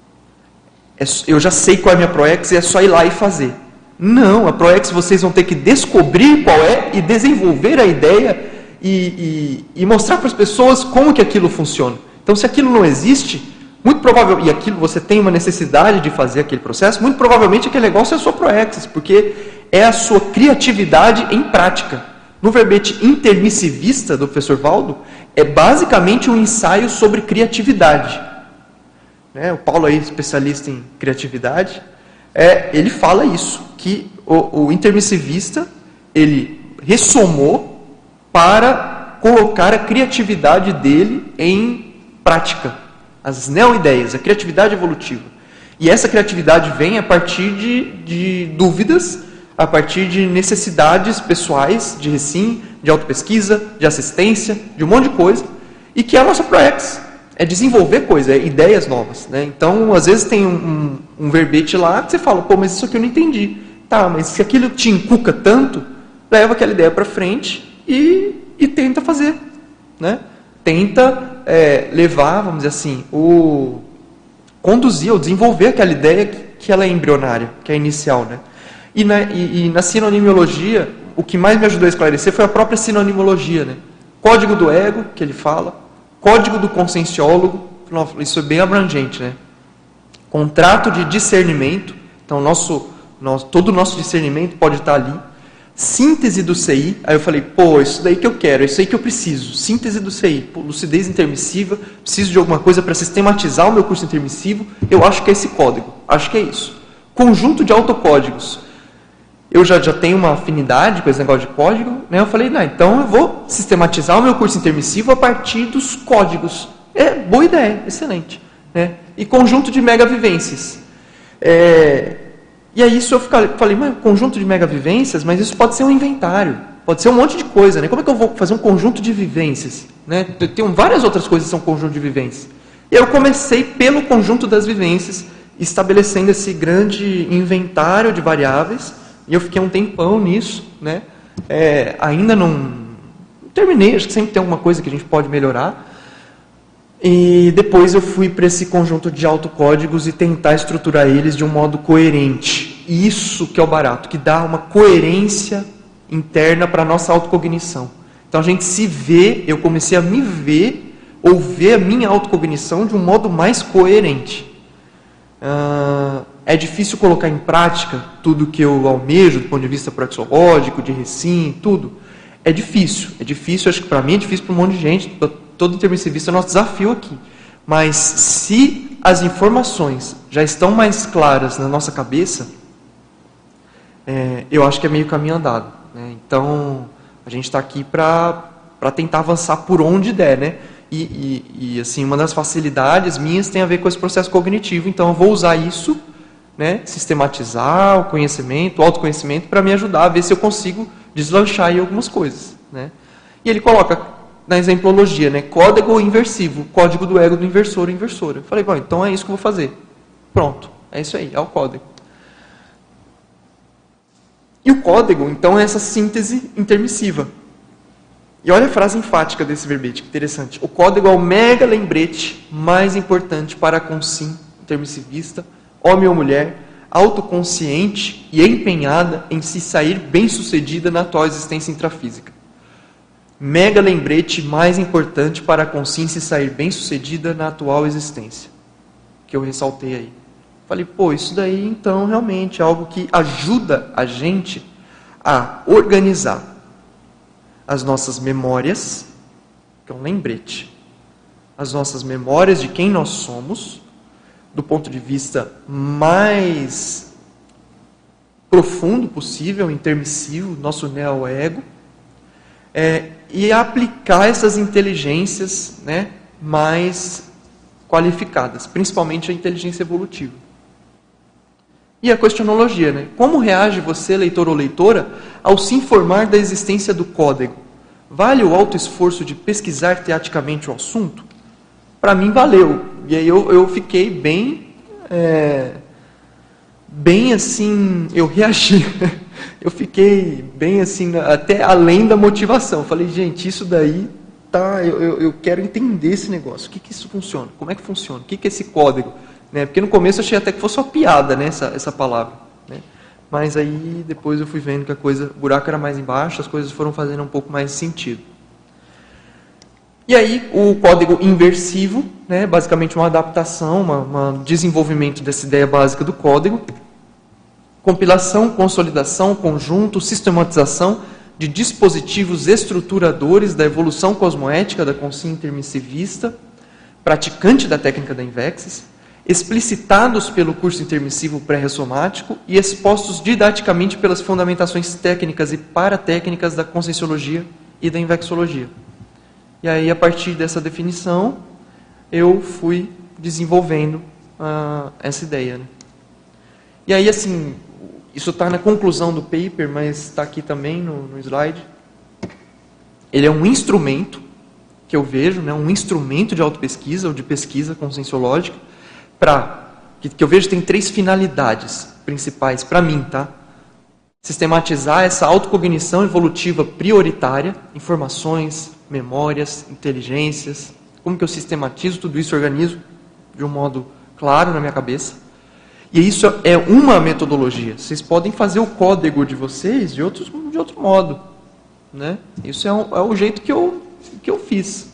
É, eu já sei qual é a minha proexis e é só ir lá e fazer. Não, a proexis vocês vão ter que descobrir qual é e desenvolver a ideia e, e, e mostrar para as pessoas como que aquilo funciona. Então, se aquilo não existe, muito provavelmente, e aquilo você tem uma necessidade de fazer aquele processo, muito provavelmente aquele negócio é a sua proexis, porque é a sua criatividade em prática. No verbete intermissivista do professor Valdo, é basicamente um ensaio sobre criatividade. Né? O Paulo aí, especialista em criatividade, é, ele fala isso, que o, o intermissivista, ele ressomou para colocar a criatividade dele em prática. As neo-ideias, a criatividade evolutiva. E essa criatividade vem a partir de, de dúvidas, a partir de necessidades pessoais, de recim, de autopesquisa, de assistência, de um monte de coisa, e que é a nossa proex, é desenvolver coisas, é ideias novas. Né? Então, às vezes tem um, um, um verbete lá que você fala, pô, mas isso aqui eu não entendi. Tá, mas se aquilo te encuca tanto, leva aquela ideia para frente e, e tenta fazer. Né? Tenta é, levar, vamos dizer assim, o, conduzir ou desenvolver aquela ideia que, que ela é embrionária, que é inicial. Né? E na, e, e na sinonimiologia, o que mais me ajudou a esclarecer foi a própria sinonimologia. Né? Código do ego, que ele fala, código do conscienciólogo, isso é bem abrangente. Né? Contrato de discernimento, então nosso, nosso, todo o nosso discernimento pode estar ali. Síntese do C I, aí eu falei, pô, isso daí que eu quero, é isso aí que eu preciso. Síntese do C I, pô, lucidez intermissiva, preciso de alguma coisa para sistematizar o meu curso intermissivo, eu acho que é esse código, acho que é isso. Conjunto de autocódigos. Eu já, já tenho uma afinidade com esse negócio de código, né? Eu falei, não, então eu vou sistematizar o meu curso intermissivo a partir dos códigos. É, boa ideia, excelente. Né? E conjunto de megavivências. É, e aí isso eu falei, mas conjunto de megavivências, mas isso pode ser um inventário, pode ser um monte de coisa. Né? Como é que eu vou fazer um conjunto de vivências? Né? Tem várias outras coisas que são conjunto de vivências. E eu comecei pelo conjunto das vivências, estabelecendo esse grande inventário de variáveis. E eu fiquei um tempão nisso, né? É, ainda não, não terminei, acho que sempre tem alguma coisa que a gente pode melhorar. E depois eu fui para esse conjunto de autocódigos e tentar estruturar eles de um modo coerente. Isso que é o barato, que dá uma coerência interna para a nossa autocognição. Então a gente se vê, eu comecei a me ver, ou ver a minha autocognição de um modo mais coerente. Ah... É difícil colocar em prática tudo que eu almejo do ponto de vista proexológico, de recim, tudo. É difícil. É difícil, acho que para mim é difícil para um monte de gente. Todo intermissivista é nosso desafio aqui. Mas se as informações já estão mais claras na nossa cabeça, é, eu acho que é meio caminho andado. Né? Então, a gente está aqui para tentar avançar por onde der, né? E, e, e assim, uma das facilidades minhas tem a ver com esse processo cognitivo. Então, eu vou usar isso, né, sistematizar o conhecimento, o autoconhecimento, para me ajudar a ver se eu consigo deslanchar aí algumas coisas. Né? E ele coloca na exemplologia, né, código inversivo, código do ego do inversor ou inversora. Eu falei, bom, então é isso que eu vou fazer. Pronto, é isso aí, é o código. E o código, então, é essa síntese intermissiva. E olha a frase enfática desse verbete, que interessante. O código é o mega lembrete mais importante para a consim intermissivista, homem ou mulher, autoconsciente e empenhada em se sair bem-sucedida na atual existência intrafísica. Mega lembrete mais importante para a consim se sair bem-sucedida na atual existência. Que eu ressaltei aí. Falei, pô, isso daí então realmente é algo que ajuda a gente a organizar as nossas memórias, que é um lembrete, as nossas memórias de quem nós somos, do ponto de vista mais profundo possível, intermissivo, nosso neo-ego, é, e aplicar essas inteligências, né, mais qualificadas, principalmente a inteligência evolutiva. E a questionologia, né? Como reage você, leitor ou leitora, ao se informar da existência do código? Vale o alto esforço de pesquisar teaticamente o assunto? Para mim, valeu. E aí eu, eu fiquei bem, é, bem assim, eu reagi. Eu fiquei bem assim, até além da motivação. Falei, gente, isso daí, tá, eu, eu, eu quero entender esse negócio. O que que isso funciona? Como é que funciona? O que que é esse código? Né? Porque no começo eu achei até que fosse uma piada, né, essa, essa palavra. Né? Mas aí depois eu fui vendo que a coisa, o buraco era mais embaixo, as coisas foram fazendo um pouco mais sentido. E aí o código inversivo, né, basicamente uma adaptação, uma, um desenvolvimento dessa ideia básica do código. Compilação, consolidação, conjunto, sistematização de dispositivos estruturadores da evolução cosmoética da consciência intermissivista, praticante da técnica da Invexis, explicitados pelo curso intermissivo pré-ressomático e expostos didaticamente pelas fundamentações técnicas e paratécnicas da conscienciologia e da invexologia. E aí, a partir dessa definição, eu fui desenvolvendo uh, essa ideia. Né? E aí, assim, isso está na conclusão do paper, mas está aqui também no, no slide. Ele é um instrumento que eu vejo, né, um instrumento de autopesquisa ou de pesquisa conscienciológica, para que, que eu vejo tem três finalidades principais para mim, tá? Sistematizar essa autocognição evolutiva prioritária, informações, memórias, inteligências, como que eu sistematizo tudo isso, organizo de um modo claro na minha cabeça. E isso é uma metodologia. Vocês podem fazer o código de vocês de, outros, de outro modo, né? Isso é, um, é o jeito que eu, que eu fiz.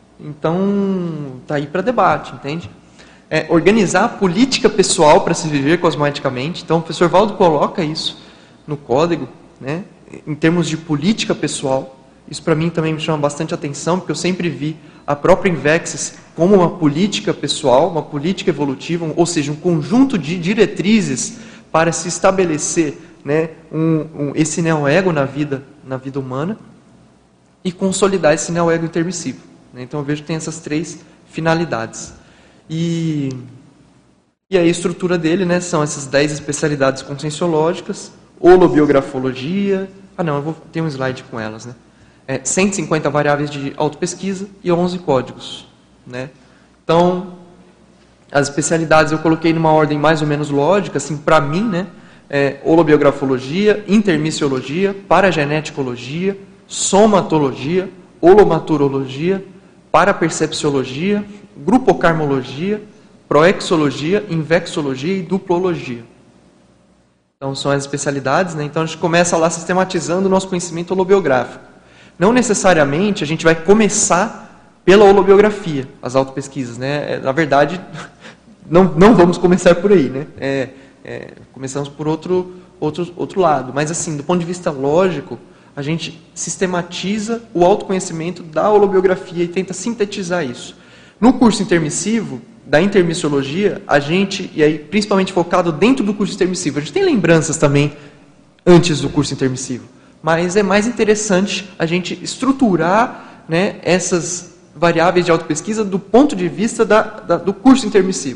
Então, tá aí para debate, entende? É, organizar a política pessoal para se viver cosmoeticamente. Então, o professor Valdo coloca isso no código, né, em termos de política pessoal. Isso para mim também me chama bastante atenção, porque eu sempre vi a própria Invexis como uma política pessoal, uma política evolutiva, ou seja, um conjunto de diretrizes para se estabelecer, né, um, um, esse neo-ego na vida, na vida humana e consolidar esse neo-ego intermissivo. Né? Então eu vejo que tem essas três finalidades. E, e aí a estrutura dele, né, são essas dez especialidades conscienciológicas, holobiografologia, ah não, eu vou ter um slide com elas, né? É, cento e cinquenta variáveis de autopesquisa e onze códigos. Né? Então, as especialidades eu coloquei numa ordem mais ou menos lógica, assim, para mim, né? É, holobiografologia, intermissiologia, parageneticologia, somatologia, holomaturologia, parapercepciologia, grupocarmologia, proexologia, invexologia e duplologia. Então, são as especialidades, né? Então, a gente começa lá sistematizando o nosso conhecimento holobiográfico. Não necessariamente a gente vai começar pela holobiografia, as autopesquisas, né? Na verdade, não, não vamos começar por aí, né? É, é, começamos por outro, outro, outro lado. Mas, assim, do ponto de vista lógico, a gente sistematiza o autoconhecimento da holobiografia e tenta sintetizar isso. No curso intermissivo, da intermissiologia, a gente, e aí principalmente focado dentro do curso intermissivo, a gente tem lembranças também antes do curso intermissivo. Mas é mais interessante a gente estruturar, né, essas variáveis de autopesquisa do ponto de vista da, da, do curso intermissivo.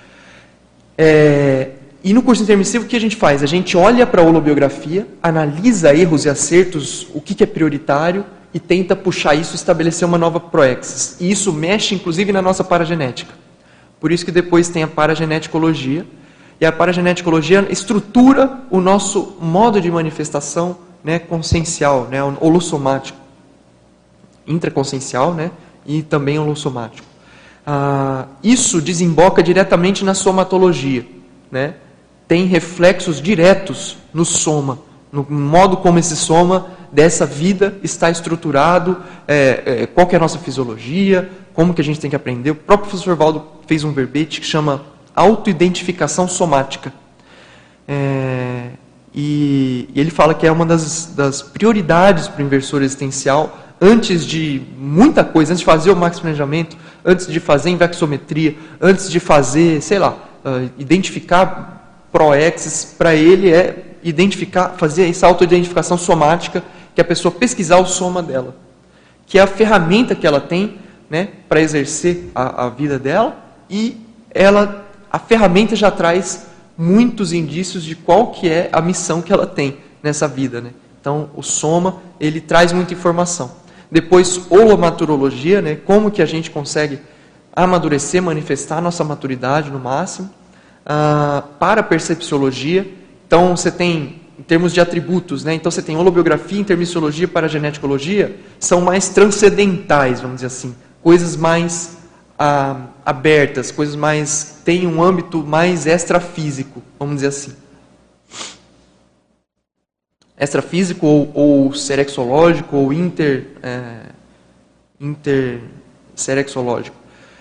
É, e no curso intermissivo, o que a gente faz? A gente olha para a holobiografia, analisa erros e acertos, o que, que é prioritário, e tenta puxar isso e estabelecer uma nova proexis. E isso mexe, inclusive, na nossa paragenética. Por isso que depois tem a parageneticologia, E a parageneticologia estrutura o nosso modo de manifestação, né, consciencial, né, holossomático, intraconsciencial, né, e também holossomático. Ah, isso desemboca diretamente na somatologia, né? Tem reflexos diretos no soma, no modo como esse soma dessa vida está estruturado, é, é, qual que é a nossa fisiologia, como que a gente tem que aprender. O próprio professor Valdo fez um verbete que chama autoidentificação somática. É, e, e ele fala que é uma das, das prioridades para o inversor existencial, antes de muita coisa, antes de fazer o max planejamento, antes de fazer invexometria, antes de fazer, sei lá, uh, identificar proexes, para ele é identificar, fazer essa autoidentificação somática, que é a pessoa pesquisar o soma dela, que é a ferramenta que ela tem, né, para exercer a, a vida dela, e ela, a ferramenta já traz muitos indícios de qual que é a missão que ela tem nessa vida, né? Então, o soma, ele traz muita informação. Depois, holomaturologia, né? Como que a gente consegue amadurecer, manifestar a nossa maturidade no máximo. Ah, parapercepciologia, então você tem, em termos de atributos, né? Então você tem holobiografia, intermissiologia, paragenetologia, são mais transcendentais, vamos dizer assim, coisas mais ah, abertas, coisas mais, têm um âmbito mais extrafísico, vamos dizer assim. Extrafísico ou, ou serexológico ou inter, é, interserexológico.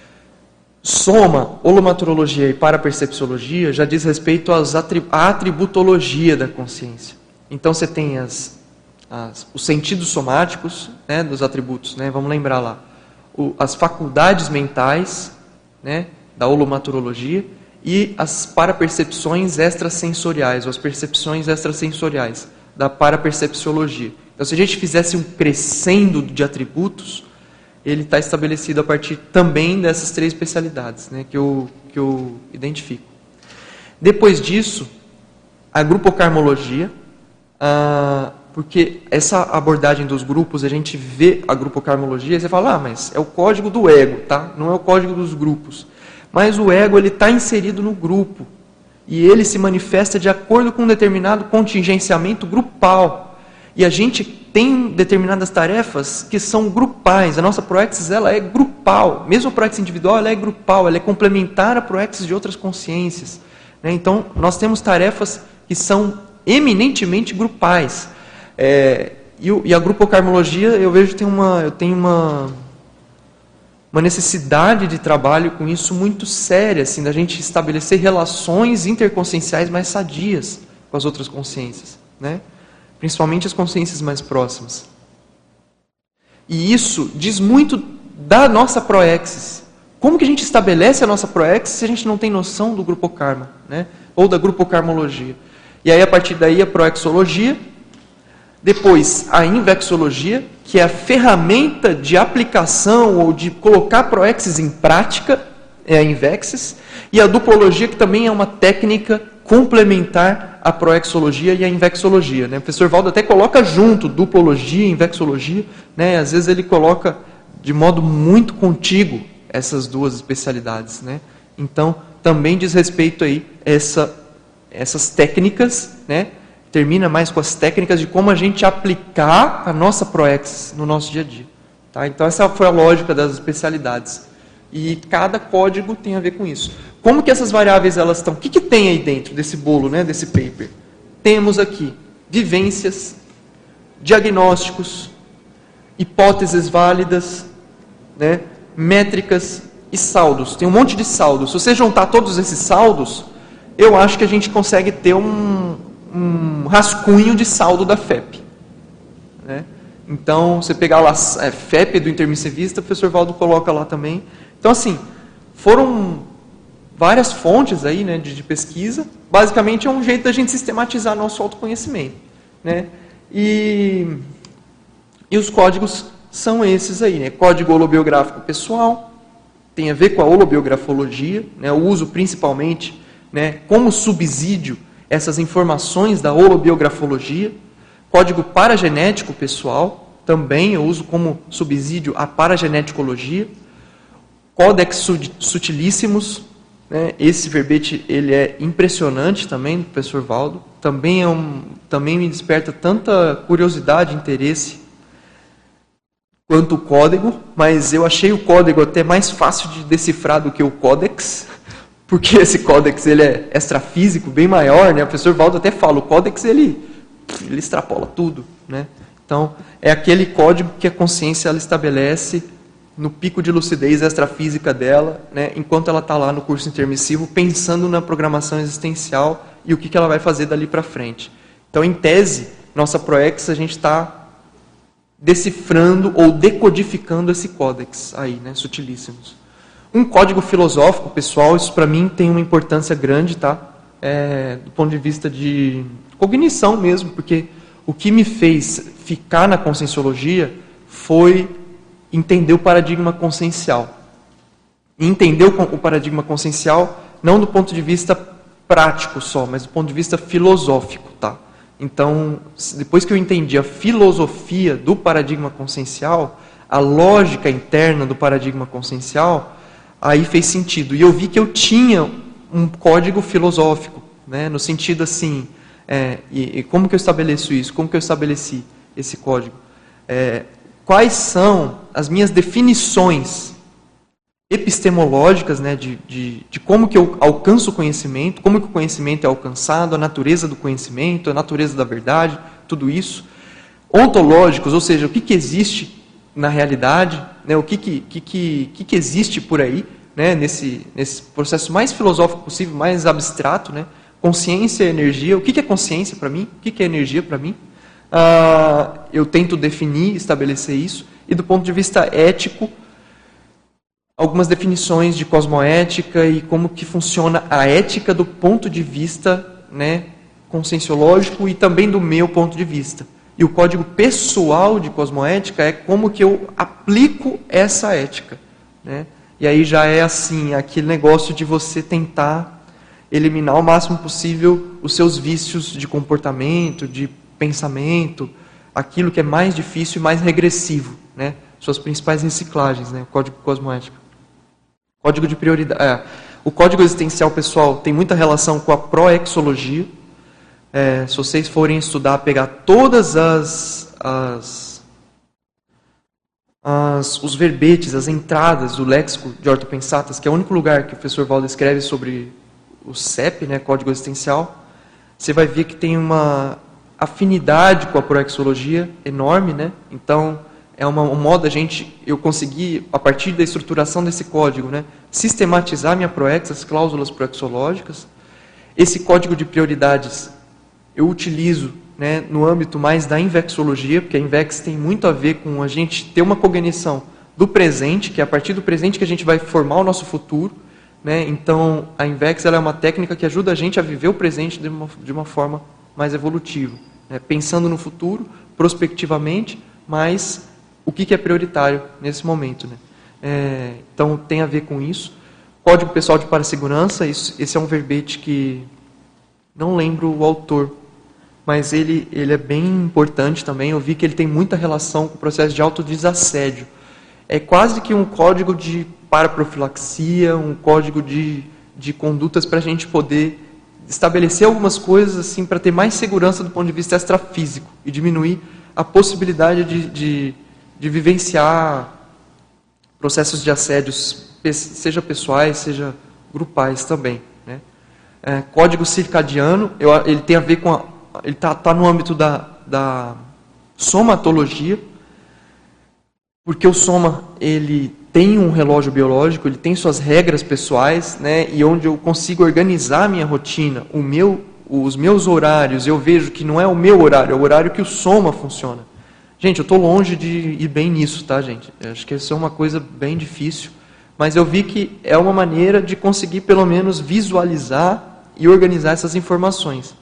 Soma, holomaturologia e parapercepciologia já diz respeito às atrib- à atributologia da consciência. Então você tem as, as, os sentidos somáticos, né, dos atributos, né, vamos lembrar lá, o, as faculdades mentais, né, da holomaturologia, e as parapercepções extrasensoriais, ou as percepções extrasensoriais da parapercepciologia. Então, se a gente fizesse um crescendo de atributos, ele está estabelecido a partir também dessas três especialidades, né, que, eu, que eu identifico. Depois disso, a grupocarmologia, ah, porque essa abordagem dos grupos, a gente vê a grupocarmologia e você fala, ah, mas é o código do ego, tá? Não é o código dos grupos. Mas o ego está inserido no grupo. E ele se manifesta de acordo com um determinado contingenciamento grupal. E a gente tem determinadas tarefas que são grupais. A nossa proexis, ela é grupal. Mesmo a proexis individual, ela é grupal. Ela é complementar à proexis de outras consciências. Então, nós temos tarefas que são eminentemente grupais. É, e, e a grupocarmologia, eu vejo que tem uma, eu tenho uma... uma necessidade de trabalho com isso muito séria, assim, da gente estabelecer relações interconscienciais mais sadias com as outras consciências, né? Principalmente as consciências mais próximas. E isso diz muito da nossa proexis. Como que a gente estabelece a nossa proexis se a gente não tem noção do grupokarma, né? Ou da grupocarmologia? E aí, a partir daí, a proexologia, depois a invexologia, que é a ferramenta de aplicação ou de colocar proexis em prática, é a invexis, e a duplologia, que também é uma técnica complementar à proexologia e à invexologia, né? O professor Valdo até coloca junto duplologia e invexologia, né? Às vezes ele coloca de modo muito contíguo essas duas especialidades, né? Então, também diz respeito aí a essa, essas técnicas, né? Termina mais com as técnicas de como a gente aplicar a nossa proexis no nosso dia a dia. Tá? Então, essa foi a lógica das especialidades. E cada código tem a ver com isso. Como que essas variáveis elas estão? O que, que tem aí dentro desse bolo, né, desse paper? Temos aqui vivências, diagnósticos, hipóteses válidas, né, métricas e saldos. Tem um monte de saldos. Se você juntar todos esses saldos, eu acho que a gente consegue ter um... um rascunho de saldo da F E P. Né? Então, você pegar lá a F E P do intermissivista, o professor Valdo coloca lá também. Então, assim, foram várias fontes aí, né, de, de pesquisa. Basicamente, é um jeito da gente sistematizar nosso autoconhecimento. Né? E, e os códigos são esses aí. Né? Código holobiográfico pessoal, tem a ver com a holobiografologia, né? Eu uso principalmente, né, como subsídio essas informações da holobiografologia. Código paragenético pessoal, também eu uso como subsídio a parageneticologia. Codex Sutilíssimos, né? Esse verbete ele é impressionante também, do professor Valdo. Também, é um, também me desperta tanta curiosidade e interesse quanto o código, mas eu achei o código até mais fácil de decifrar do que o códex, porque esse códex ele é extrafísico, bem maior, né? O professor Valdo até fala, o códex ele, ele extrapola tudo, né? Então, é aquele código que a consciência ela estabelece no pico de lucidez extrafísica dela, né? Enquanto ela está lá no curso intermissivo, pensando na programação existencial e o que, que ela vai fazer dali para frente. Então, em tese, nossa ProEx, a gente está decifrando ou decodificando esse códex aí, né? Sutilíssimos. Um código filosófico, pessoal, isso para mim tem uma importância grande, tá? É, do ponto de vista de cognição mesmo, porque o que me fez ficar na conscienciologia foi entender o paradigma consciencial. E entender o paradigma consciencial não do ponto de vista prático só, mas do ponto de vista filosófico, tá? Então, depois que eu entendi a filosofia do paradigma consciencial, a lógica interna do paradigma consciencial, aí fez sentido. E eu vi que eu tinha um código filosófico, né? No sentido assim, é, e, e como que eu estabeleço isso? Como que eu estabeleci esse código? É, quais são as minhas definições epistemológicas, né, de, de, de como que eu alcanço o conhecimento, como que o conhecimento é alcançado, a natureza do conhecimento, a natureza da verdade, tudo isso. Ontológicos, ou seja, o que, que existe na realidade, né, o que, que, que, que, que existe por aí, né, nesse, nesse processo mais filosófico possível, mais abstrato, né, consciência e energia. O que, que é consciência para mim? O que, que é energia para mim? Ah, eu tento definir, estabelecer isso. E do ponto de vista ético, algumas definições de cosmoética e como que funciona a ética do ponto de vista, né, conscienciológico e também do meu ponto de vista. E o código pessoal de cosmoética é como que eu aplico essa ética, né? E aí já é assim, aquele negócio de você tentar eliminar o máximo possível os seus vícios de comportamento, de pensamento, aquilo que é mais difícil e mais regressivo, né? Suas principais reciclagens, né? O código cosmoético. Código de prioridade. É, o código existencial, pessoal, tem muita relação com a proexologia. É, se vocês forem estudar, pegar todas as, as, as os verbetes, as entradas do léxico de ortopensatas, que é o único lugar que o professor Valdo escreve sobre o C E P, né, código existencial, você vai ver que tem uma afinidade com a proexologia enorme, né? Então, é uma, um modo da gente, eu conseguir, a partir da estruturação desse código, né, sistematizar minha proex, as cláusulas proexológicas. Esse código de prioridades eu utilizo, né, no âmbito mais da invexologia, porque a invex tem muito a ver com a gente ter uma cognição do presente, que é a partir do presente que a gente vai formar o nosso futuro, né? Então, a invex ela é uma técnica que ajuda a gente a viver o presente de uma, de uma forma mais evolutiva, né? Pensando no futuro, prospectivamente, mas o que, que é prioritário nesse momento, né? É, então, tem a ver com isso. Código Pessoal de Parasegurança, isso, esse é um verbete que não lembro o autor, mas ele, ele é bem importante também. Eu vi que ele tem muita relação com o processo de autodesassédio. É quase que um código de paraprofilaxia, um código de, de condutas para a gente poder estabelecer algumas coisas assim para ter mais segurança do ponto de vista extrafísico e diminuir a possibilidade de, de, de vivenciar processos de assédios, seja pessoais, seja grupais também, né? É, código circadiano, eu, ele tem a ver com a, ele está tá no âmbito da, da somatologia, porque o soma ele tem um relógio biológico, ele tem suas regras pessoais, né, e onde eu consigo organizar a minha rotina, o meu, os meus horários, eu vejo que não é o meu horário, é o horário que o soma funciona. Gente, eu estou longe de ir bem nisso, tá, gente? Eu acho que isso é uma coisa bem difícil, mas eu vi que é uma maneira de conseguir pelo menos visualizar e organizar essas informações.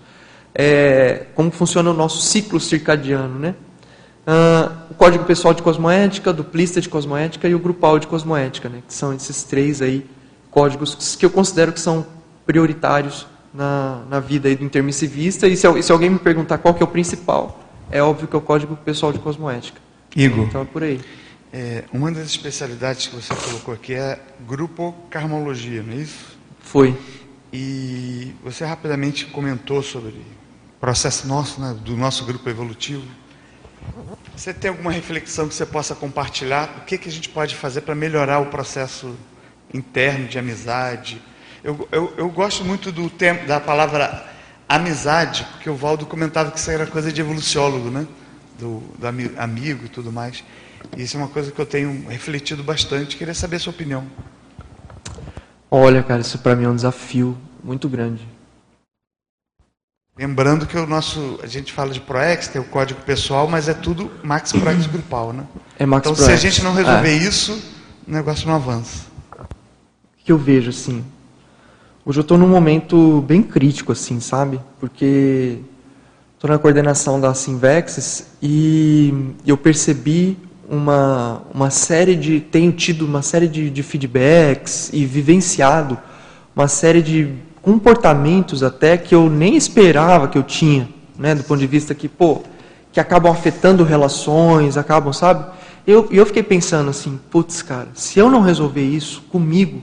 É, como funciona o nosso ciclo circadiano, né? Ah, o Código Pessoal de Cosmoética, Duplista de Cosmoética e o Grupal de Cosmoética, né? Que são esses três aí códigos que eu considero que são prioritários na, na vida aí do intermissivista. E se, se alguém me perguntar qual que é o principal, é óbvio que é o Código Pessoal de Cosmoética. Igor, então é por aí. É, uma das especialidades que você colocou aqui é grupocarmologia, não é isso? Foi. E você rapidamente comentou sobre o processo nosso, né, do nosso grupo evolutivo. Você tem alguma reflexão que você possa compartilhar? O que, que a gente pode fazer para melhorar o processo interno de amizade? Eu, eu, eu gosto muito do tempo, da palavra amizade, porque o Valdo comentava que isso era coisa de evoluciólogo, né? Do, do ami, amigo e tudo mais. E isso é uma coisa que eu tenho refletido bastante. Queria saber a sua opinião. Olha, cara, isso para mim é um desafio muito grande. Lembrando que o nosso, a gente fala de ProEx, tem o código pessoal, mas é tudo Max ProEx grupal, né? É Max então, ProEx. Se a gente não resolver é. isso, o negócio não avança. O que eu vejo, assim, hoje eu estou num momento bem crítico, assim, sabe? Porque estou na coordenação da Simvexis e eu percebi uma, uma série de, tenho tido uma série de, de feedbacks e vivenciado uma série de comportamentos até que eu nem esperava que eu tinha, né, do ponto de vista que, pô, que acabam afetando relações, acabam, sabe? Eu, eu fiquei pensando assim, putz, cara, se eu não resolver isso comigo,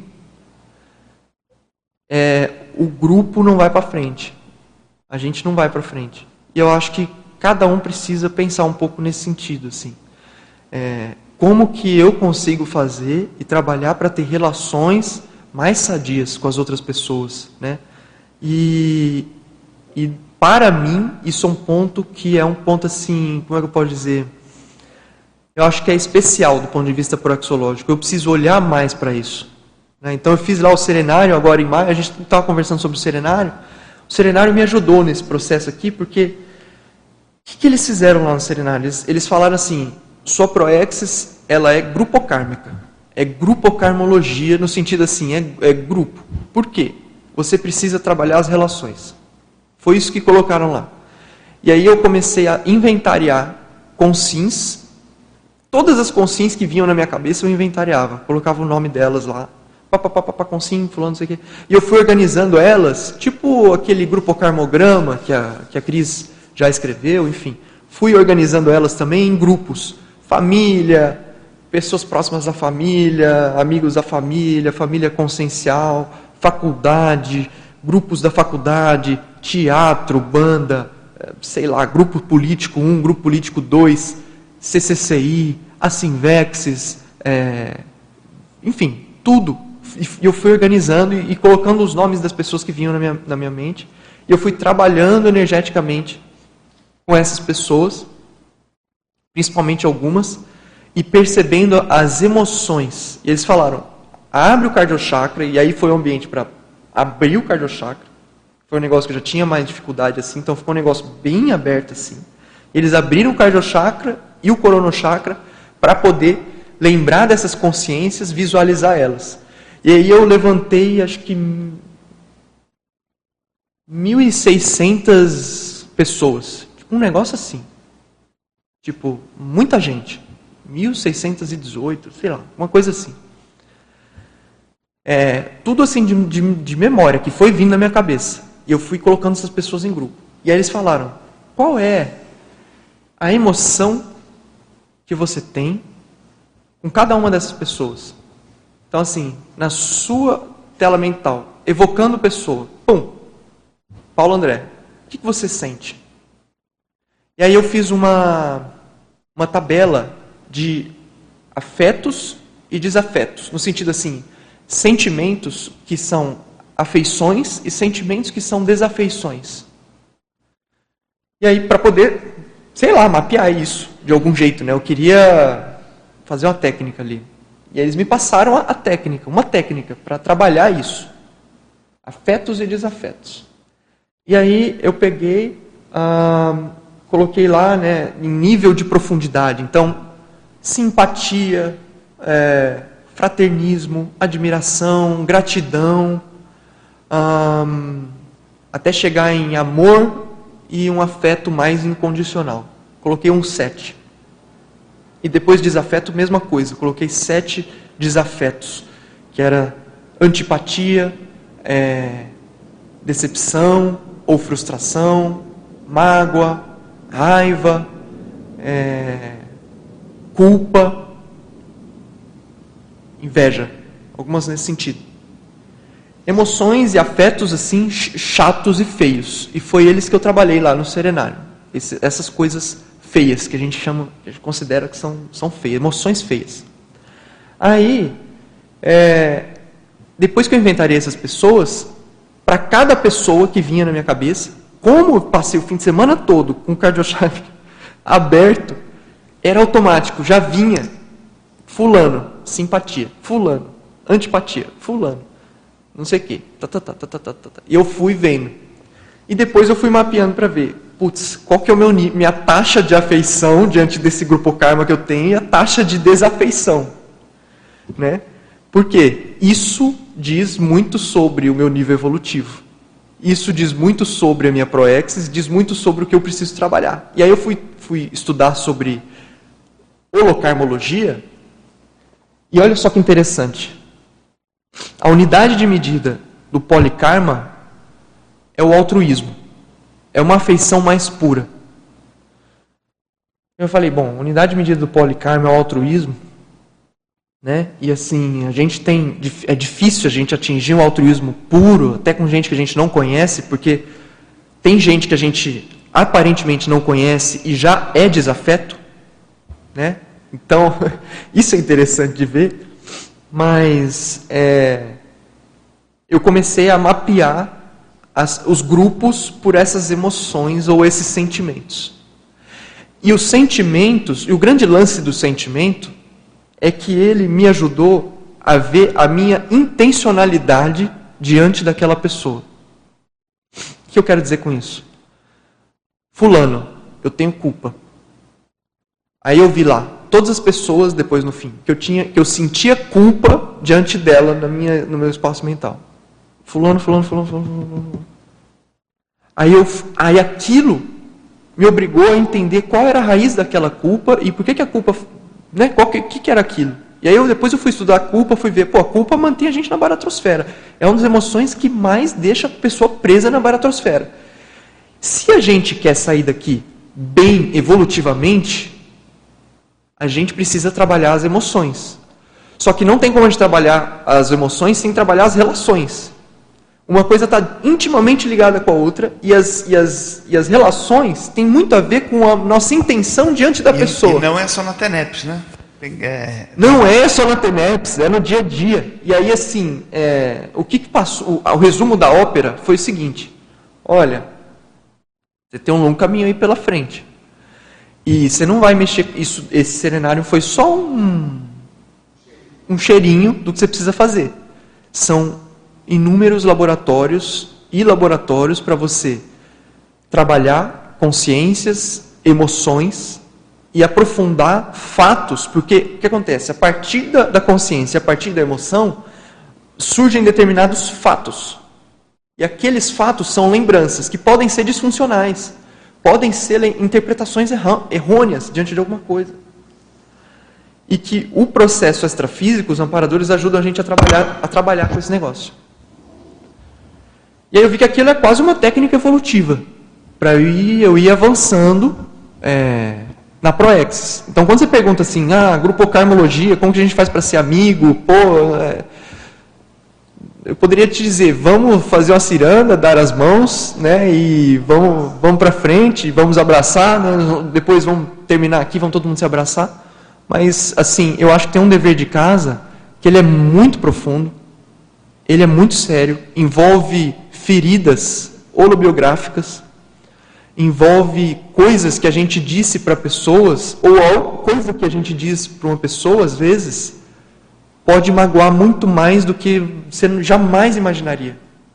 é, o grupo não vai para frente, a gente não vai para frente. E eu acho que cada um precisa pensar um pouco nesse sentido, assim. É, como que eu consigo fazer e trabalhar para ter relações mais sadias com as outras pessoas, né? E, e para mim isso é um ponto que é um ponto assim, como é que eu posso dizer? Eu acho que é especial do ponto de vista proexológico. Eu preciso olhar mais para isso, né? Então eu fiz lá o serenário agora em maio. A gente estava conversando sobre o serenário. O serenário me ajudou nesse processo aqui, porque o que, que eles fizeram lá no serenário? Eles, eles falaram assim: sua proexis, ela é grupocármica. É grupocarmologia no sentido assim, é, é grupo. Por quê? Você precisa trabalhar as relações. Foi isso que colocaram lá. E aí eu comecei a inventariar consins. Todas as consins que vinham na minha cabeça eu inventariava. Colocava o nome delas lá. Papapá, consim, fulano, não sei o quê. E eu fui organizando elas, tipo aquele grupocarmograma que a, que a Cris já escreveu, enfim. Fui organizando elas também em grupos. Família, pessoas próximas da família, amigos da família, família consciencial, faculdade, grupos da faculdade, teatro, banda, sei lá, grupo político um, grupo político dois, C C C I, a Simvexis, é, enfim, tudo. E eu fui organizando e, e colocando os nomes das pessoas que vinham na minha, na minha mente, e eu fui trabalhando energeticamente com essas pessoas, principalmente algumas, e percebendo as emoções. E eles falaram, abre o cardiochakra, e aí foi o ambiente para abrir o cardiochakra. Foi um negócio que eu já tinha mais dificuldade assim, então ficou um negócio bem aberto assim. Eles abriram o cardiochakra e o coronochakra para poder lembrar dessas consciências, visualizar elas. E aí eu levantei, acho que mil e seiscentas pessoas. Um negócio assim. Tipo, muita gente. mil seiscentos e dezoito, sei lá, uma coisa assim. É, tudo assim de, de, de memória, que foi vindo na minha cabeça. E eu fui colocando essas pessoas em grupo. E aí eles falaram, qual é a emoção que você tem com cada uma dessas pessoas? Então assim, na sua tela mental, evocando pessoa, pum, Paulo André, o que você sente? E aí eu fiz uma, uma tabela de afetos e desafetos, no sentido assim, sentimentos que são afeições e sentimentos que são desafeições. E aí, para poder, sei lá, mapear isso de algum jeito, né? Eu queria fazer uma técnica ali. E aí eles me passaram a, a técnica, uma técnica para trabalhar isso. Afetos e desafetos. E aí eu peguei, ah, coloquei lá, né, em nível de profundidade. Então, simpatia, é, fraternismo, admiração, gratidão, hum, até chegar em amor e um afeto mais incondicional. Coloquei um sete. E depois desafeto, mesma coisa. Coloquei sete desafetos, que era antipatia, é, decepção ou frustração, mágoa, raiva, é, culpa, inveja, algumas nesse sentido. emoções e afetos assim chatos e feios. E foi eles que eu trabalhei lá no Serenário. Esse, essas coisas feias que a gente chama, que a gente considera que são, são feias, emoções feias. Aí, é, depois que eu inventariei essas pessoas, para cada pessoa que vinha na minha cabeça, como eu passei o fim de semana todo com o cardio-chave aberto, era automático, já vinha fulano, simpatia, fulano, antipatia, fulano, não sei o quê. Tá, tá, tá, tá, tá, tá, tá. E eu fui vendo. E depois eu fui mapeando para ver, putz, qual que é o meu minha taxa de afeição diante desse grupo karma que eu tenho e a taxa de desafeição. Né? Por quê? Isso diz muito sobre o meu nível evolutivo. Isso diz muito sobre a minha proexis, diz muito sobre o que eu preciso trabalhar. E aí eu fui, fui estudar sobre holokarmologia, e olha só que interessante. A unidade de medida do polikarma é o altruísmo. É uma afeição mais pura. Eu falei, bom, a unidade de medida do polikarma é o altruísmo, né? E assim, a gente tem, é difícil a gente atingir um altruísmo puro, até com gente que a gente não conhece, porque tem gente que a gente aparentemente não conhece e já é desafeto, né? Então, isso é interessante de ver, mas é, eu comecei a mapear as, os grupos por essas emoções ou esses sentimentos. E os sentimentos, e o grande lance do sentimento, é que ele me ajudou a ver a minha intencionalidade diante daquela pessoa. O que eu quero dizer com isso? Fulano, eu tenho culpa. Aí eu vi lá, todas as pessoas depois no fim, que eu, tinha, que eu sentia culpa diante dela na minha, no meu espaço mental. Fulano, fulano, fulano, fulano, fulano. Aí, eu, aí aquilo me obrigou a entender qual era a raiz daquela culpa e por que, que a culpa... Né? O que, que era aquilo? E aí eu, depois eu fui estudar a culpa, fui ver, pô, a culpa mantém a gente na baratrosfera. É uma das emoções que mais deixa a pessoa presa na baratrosfera. Se a gente quer sair daqui bem evolutivamente, a gente precisa trabalhar as emoções. Só que não tem como a gente trabalhar as emoções sem trabalhar as relações. Uma coisa está intimamente ligada com a outra e as, e, as, e as relações têm muito a ver com a nossa intenção diante da e, pessoa. E não é só na TENEPS, né? Tem, é... Não é só na TENEPS, é no dia a dia. E aí, assim, é, o que, que passou? O, o resumo da ópera foi o seguinte: olha, você tem um longo caminho aí pela frente. E você não vai mexer. Isso, esse serenário foi só um, um cheirinho do que você precisa fazer. São inúmeros laboratórios e laboratórios para você trabalhar consciências, emoções e aprofundar fatos, porque o que acontece? A partir da, da consciência, a partir da emoção, surgem determinados fatos. E aqueles fatos são lembranças que podem ser disfuncionais, podem ser interpretações errôneas diante de alguma coisa. E que o processo extrafísico, os amparadores ajudam a gente a trabalhar, a trabalhar com esse negócio. E aí eu vi que aquilo é quase uma técnica evolutiva, para eu ir, eu ir avançando é, na proexis. Então quando você pergunta assim, ah, grupo karmologia, como que a gente faz para ser amigo? Pô, é... eu poderia te dizer, vamos fazer uma ciranda, dar as mãos, né, e vamos, vamos para frente, vamos abraçar, né, depois vamos terminar aqui, vamos todo mundo se abraçar. Mas assim, eu acho que tem um dever de casa que ele é muito profundo, ele é muito sério, envolve feridas holobiográficas, envolve coisas que a gente disse para pessoas, ou coisa que a gente diz para uma pessoa, às vezes, pode magoar muito mais do que você jamais imaginaria.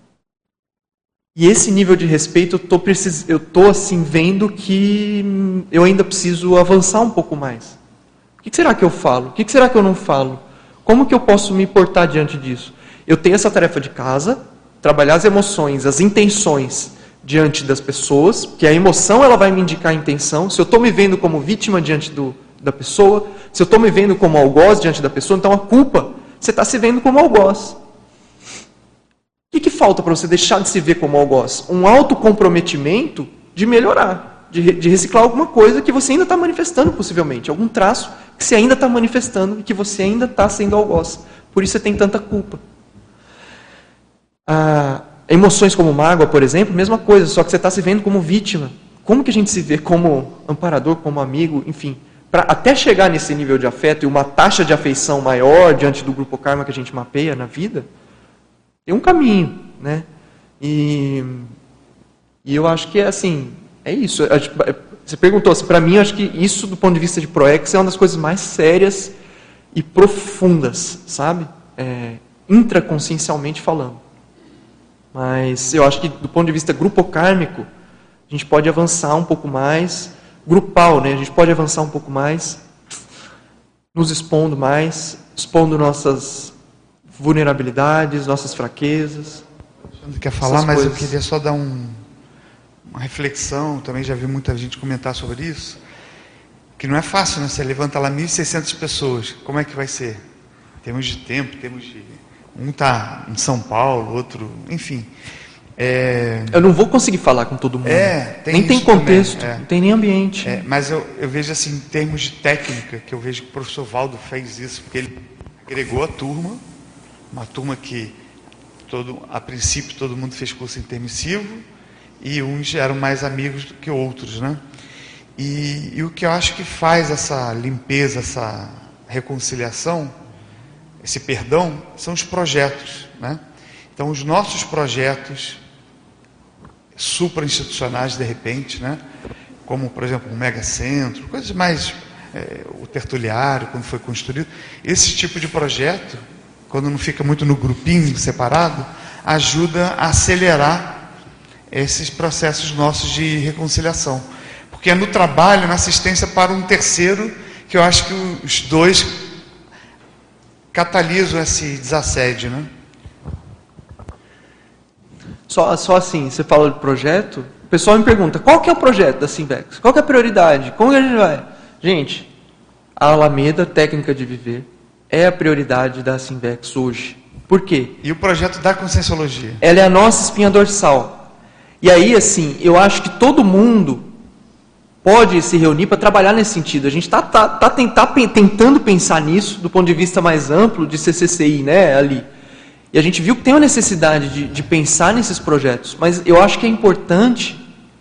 E esse nível de respeito, eu tô, precis... eu tô assim, vendo que eu ainda preciso avançar um pouco mais. O que será que eu falo? O que será que eu não falo? Como que eu posso me portar diante disso? Eu tenho essa tarefa de casa, trabalhar as emoções, as intenções diante das pessoas, que a emoção ela vai me indicar a intenção. Se eu estou me vendo como vítima diante do, da pessoa, se eu estou me vendo como algoz diante da pessoa, então a culpa, você está se vendo como algoz. O que, que falta para você deixar de se ver como algoz? Um autocomprometimento de melhorar, de, de reciclar alguma coisa que você ainda está manifestando possivelmente, algum traço que você ainda está manifestando e que você ainda está sendo algoz. Por isso você tem tanta culpa. Ah, emoções como mágoa, por exemplo, mesma coisa, só que você está se vendo como vítima. Como que a gente se vê como amparador, como amigo, enfim, para até chegar nesse nível de afeto e uma taxa de afeição maior diante do grupo karma que a gente mapeia na vida, tem um caminho, né? E, e eu acho que é assim, é isso. Você perguntou, assim, para mim, eu acho que isso, do ponto de vista de ProEx, é uma das coisas mais sérias e profundas, sabe? É, intraconsciencialmente falando. Mas eu acho que, do ponto de vista grupocármico, a gente pode avançar um pouco mais, grupal, né? A gente pode avançar um pouco mais, nos expondo mais, expondo nossas vulnerabilidades, nossas fraquezas. Não quer falar, mas coisas. Eu queria só dar um, uma reflexão, também já vi muita gente comentar sobre isso, que não é fácil, né? Você levanta lá mil e seiscentas pessoas, como é que vai ser? Temos de tempo, temos de... Um está em São Paulo, outro... Enfim... É... Eu não vou conseguir falar com todo mundo. É, tem nem tem contexto, também, é. Não tem nem ambiente. É, mas eu, eu vejo assim, em termos de técnica, que eu vejo que o professor Valdo fez isso, porque ele agregou a turma, uma turma que, todo, a princípio, todo mundo fez curso intermissivo, e uns eram mais amigos do que outros, né? E, e o que eu acho que faz essa limpeza, essa reconciliação, esse perdão, são os projetos, né? Então, os nossos projetos supra-institucionais, de repente, né? Como, por exemplo, o Megacentro, coisas mais... É, o Tertuliário, quando foi construído. Esse tipo de projeto, quando não fica muito no grupinho separado, ajuda a acelerar esses processos nossos de reconciliação. Porque é no trabalho, na assistência para um terceiro, que eu acho que os dois catalisam esse desassédio, né? Só, só assim, você fala de projeto, o pessoal me pergunta, qual que é o projeto da Simvex? Qual que é a prioridade? Como que a gente vai? Gente, a Alameda Técnica de Viver é a prioridade da Simvex hoje. Por quê? E o projeto da Conscienciologia? Ela é a nossa espinha dorsal. E aí, assim, eu acho que todo mundo pode se reunir para trabalhar nesse sentido. A gente está tá, tá, tá tentando pensar nisso, do ponto de vista mais amplo, de C C C I, né, ali. E a gente viu que tem uma necessidade de, de pensar nesses projetos, mas eu acho que é importante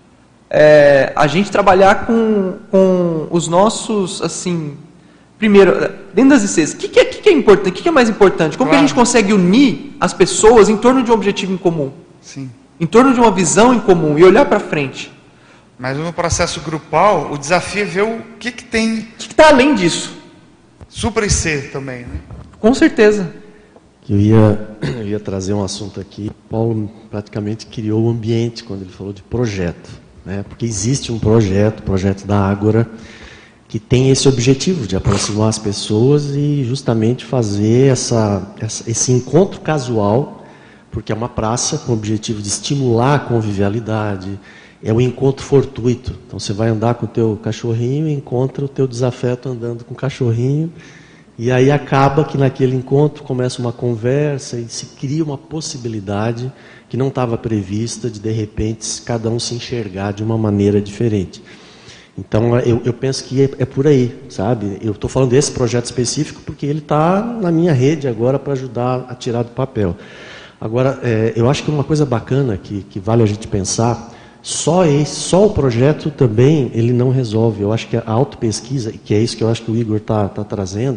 é, a gente trabalhar com, com os nossos, assim, primeiro, dentro das I Cs, o que, que, é, que, que é importante, o que, que é mais importante? Como claro. que a gente consegue unir as pessoas em torno de um objetivo em comum? Sim. Em torno de uma visão em comum e olhar para frente. Mas no processo grupal, o desafio é ver o que, que tem... O que está além disso? Supra I C também, né? Com certeza. Eu ia, eu ia trazer um assunto aqui. Paulo praticamente criou o ambiente quando ele falou de projeto, né? Porque existe um projeto, o projeto da Ágora, que tem esse objetivo de aproximar as pessoas e justamente fazer essa, essa, esse encontro casual, porque é uma praça com o objetivo de estimular a convivialidade, é o encontro fortuito. Então você vai andar com o teu cachorrinho e encontra o teu desafeto andando com o cachorrinho. E aí acaba que naquele encontro começa uma conversa e se cria uma possibilidade que não estava prevista de, de repente, cada um se enxergar de uma maneira diferente. Então, eu, eu penso que é, é por aí, sabe? Eu estou falando desse projeto específico porque ele está na minha rede agora para ajudar a tirar do papel. Agora, é, eu acho que uma coisa bacana que, que vale a gente pensar, só, esse, só o projeto também ele não resolve. Eu acho que a autopesquisa, que é isso que eu acho que o Igor está tá trazendo,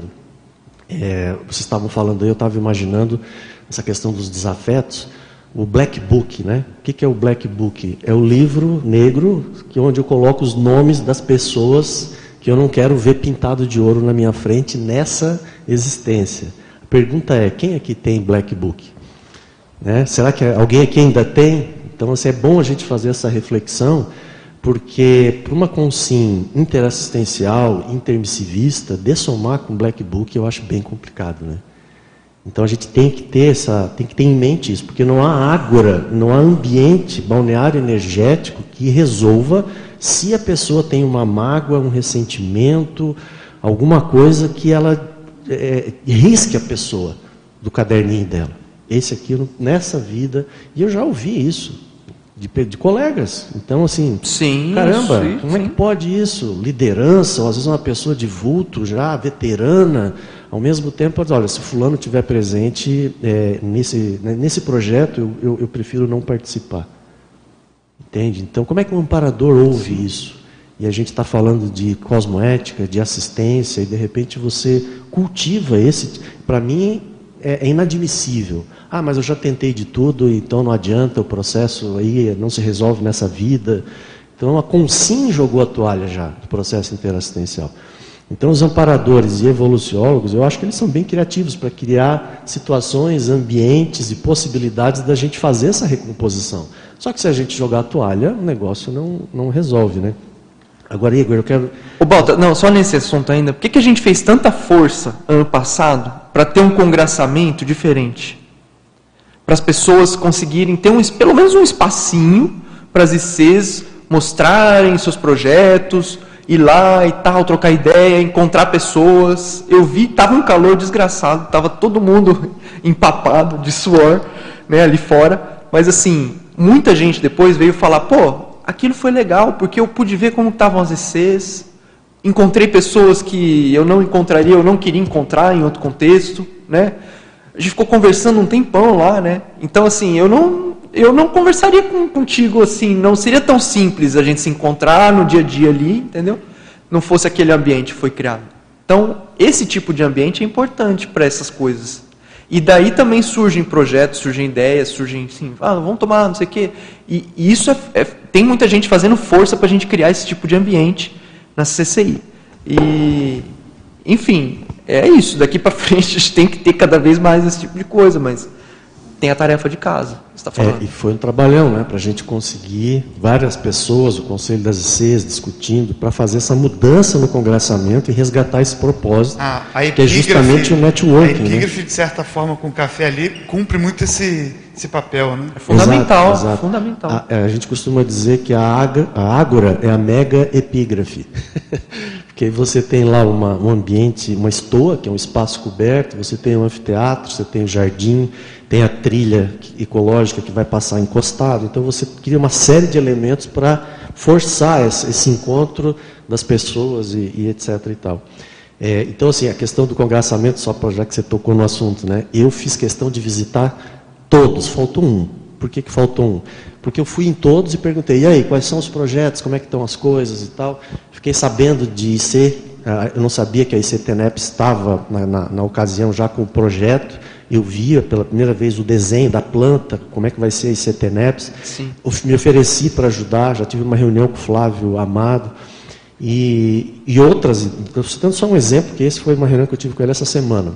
É, vocês estavam falando aí, eu estava imaginando essa questão dos desafetos, o Black Book, né? O que, que é o Black Book? É o livro negro que, onde eu coloco os nomes das pessoas que eu não quero ver pintado de ouro na minha frente nessa existência. A pergunta é, quem aqui tem Black Book? Né? Será que alguém aqui ainda tem? Então, assim, é bom a gente fazer essa reflexão, porque para uma consim interassistencial, intermissivista, dessomar com Black Book eu acho bem complicado, né? Então a gente tem que ter essa, tem que ter em mente isso, porque não há ágora, não há ambiente balneário energético que resolva se a pessoa tem uma mágoa, um ressentimento, alguma coisa que ela é, risque a pessoa do caderninho dela. Esse aqui nessa vida, e eu já ouvi isso. De, de colegas. Então, assim, sim, caramba, sim, como sim. é que pode isso? Liderança, ou às vezes uma pessoa de vulto já, veterana, Ao mesmo tempo, olha, se fulano estiver presente é, nesse, nesse projeto, eu, eu, eu prefiro não participar. Entende? Então, como é que um amparador ouve isso? E a gente está falando de cosmoética, de assistência, e de repente você cultiva esse... Para mim, é, é inadmissível. Ah, mas eu já tentei de tudo, então não adianta, o processo aí não se resolve nessa vida. Então, a Consim jogou a toalha já do processo interassistencial. Então, os amparadores e evoluciólogos, eu acho que eles são bem criativos para criar situações, ambientes e possibilidades da gente fazer essa recomposição. Só que se a gente jogar a toalha, o negócio não, não resolve, né? Agora, Igor, eu quero... Ô, Balta, não, só nesse assunto ainda. Por que, que a gente fez tanta força ano passado para ter um congressamento diferente? Para as pessoas conseguirem ter um, pelo menos um espacinho para as I Cs mostrarem seus projetos, ir lá e tal, trocar ideia, encontrar pessoas. Eu vi, tava um calor desgraçado, tava todo mundo empapado de suor, né, ali fora. Mas assim, muita gente depois veio falar, pô, aquilo foi legal, porque eu pude ver como estavam as I Cs, encontrei pessoas que eu não encontraria, eu não queria encontrar em outro contexto, né? A gente ficou conversando um tempão lá, né? Então, assim, eu não, eu não conversaria com, contigo assim, não seria tão simples a gente se encontrar no dia a dia ali, entendeu? Não fosse aquele ambiente que foi criado. Então, esse tipo de ambiente é importante para essas coisas. E daí também surgem projetos, surgem ideias, surgem, assim, ah, vamos tomar, não sei o quê. E, e isso é, é, tem muita gente fazendo força para a gente criar esse tipo de ambiente na C C I. E, enfim, é isso. Daqui para frente a gente tem que ter cada vez mais esse tipo de coisa, mas tem a tarefa de casa, você está falando. É, e foi um trabalhão, né, para a gente conseguir várias pessoas, o Conselho das I Cs discutindo, para fazer essa mudança no congressamento e resgatar esse propósito, ah, a que é justamente o networking. A epígrafe, né? de certa forma, com o café ali, cumpre muito esse, esse papel. Né? É fundamental. Exato, exato. fundamental. A, a gente costuma dizer que a, Ágora, a Ágora é a mega epígrafe. Porque você tem lá uma, um ambiente, uma estoa, que é um espaço coberto, você tem um anfiteatro, você tem o jardim, tem a trilha ecológica que vai passar encostado. Então você cria uma série de elementos para forçar esse, esse encontro das pessoas e, e etc e tal. É, então, assim, a questão do congressamento, só para já que você tocou no assunto, né? Eu fiz questão de visitar todos, faltou um. Por que que faltou um? Porque eu fui em todos e perguntei, e aí, quais são os projetos, como é que estão as coisas e tal. Fiquei sabendo de I C, eu não sabia que a I C T N E P estava, na, na, na ocasião, já com o projeto. Eu via pela primeira vez o desenho da planta, como é que vai ser a I C T N E P. Sim. Me ofereci para ajudar, já tive uma reunião com o Flávio Amado. E, e outras, estou citando só um exemplo, que esse foi uma reunião que eu tive com ele essa semana.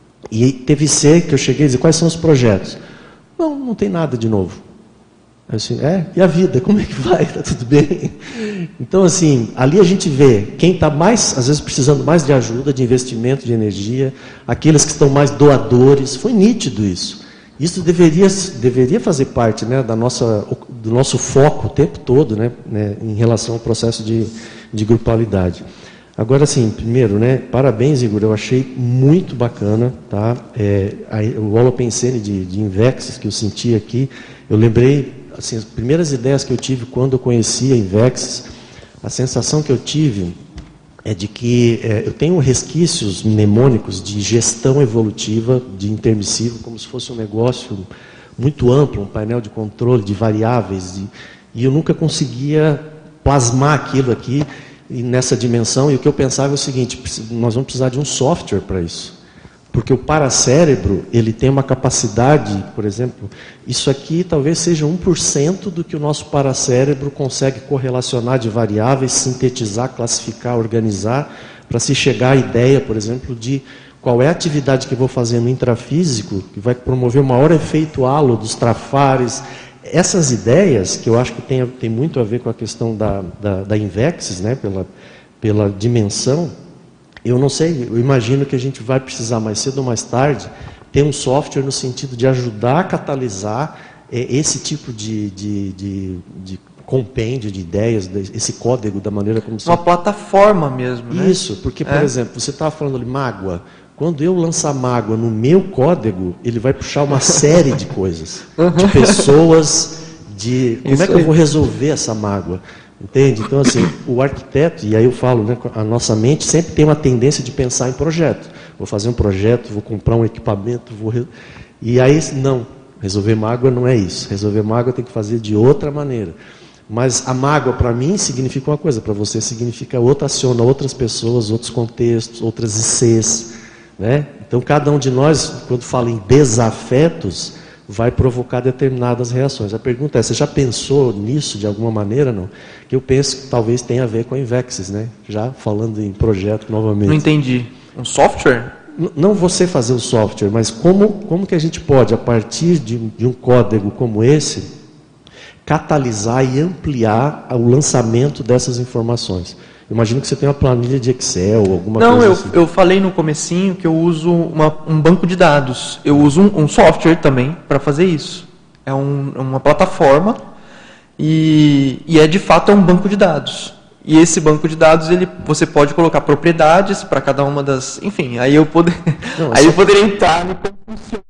E teve I C que eu cheguei e disse, quais são os projetos? Não, não tem nada de novo. Assim, é, e a vida, como é que vai? Está tudo bem? Então, assim, ali a gente vê quem está mais, às vezes, precisando mais de ajuda, de investimento, de energia, aqueles que estão mais doadores. Foi nítido isso. Isso deveria, deveria fazer parte, né, da nossa, do nosso foco o tempo todo, né, né, em relação ao processo de, de grupalidade. Agora, assim, primeiro, né, parabéns, Igor, eu achei muito bacana, tá? É, a, o holopensene de, de Invexis que eu senti aqui, eu lembrei, assim, as primeiras ideias que eu tive quando eu conheci a Invexis, a sensação que eu tive é de que é, eu tenho resquícios mnemônicos de gestão evolutiva, de intermissivo, como se fosse um negócio muito amplo, um painel de controle de variáveis, de, e eu nunca conseguia plasmar aquilo aqui e nessa dimensão, e o que eu pensava é o seguinte, nós vamos precisar de um software para isso. Porque o paracérebro, ele tem uma capacidade, por exemplo, isso aqui talvez seja um por cento do que o nosso paracérebro consegue correlacionar de variáveis, sintetizar, classificar, organizar, para se chegar à ideia, por exemplo, de qual é a atividade que eu vou fazer no intrafísico, que vai promover o maior efeito halo dos trafares. Essas ideias, que eu acho que tem, tem muito a ver com a questão da, da, da Invexis, né, pela, pela dimensão, eu não sei, eu imagino que a gente vai precisar mais cedo ou mais tarde ter um software no sentido de ajudar a catalisar é, esse tipo de, de, de, de compêndio de ideias, esse código da maneira como... Uma você... plataforma mesmo, né? Isso, porque, por é. exemplo, você estava falando de mágoa. Quando eu lançar mágoa no meu código, ele vai puxar uma série de coisas, de pessoas, de como Isso é que aí. eu vou resolver essa mágoa. Entende? Então, assim, o arquiteto, e aí eu falo, né, a nossa mente sempre tem uma tendência de pensar em projeto. vou fazer um projeto, vou comprar um equipamento, vou... Re... E aí, não, resolver mágoa não é isso. Resolver mágoa tem que fazer de outra maneira. Mas a mágoa, para mim, significa uma coisa, para você significa outra, aciona outras pessoas, outros contextos, outras I Cs, né? Então, cada um de nós, quando fala em desafetos, vai provocar determinadas reações. A pergunta é, você já pensou nisso de alguma maneira, não? Que eu penso que talvez tenha a ver com a Invexis, né? Já falando em projeto novamente. Não entendi. Um software? N- não você fazer o software, mas como, como que a gente pode, a partir de, de um código como esse, catalisar e ampliar o lançamento dessas informações? Imagino que você tem uma planilha de Excel, alguma Não, coisa eu, assim. eu falei no comecinho que eu uso uma, um banco de dados. Eu uso um, um software também para fazer isso. É um, uma plataforma e, e é de fato é um banco de dados. E esse banco de dados ele, você pode colocar propriedades para cada uma das... Enfim, aí eu, poder, Não, aí só... eu poderia entrar no como funciona.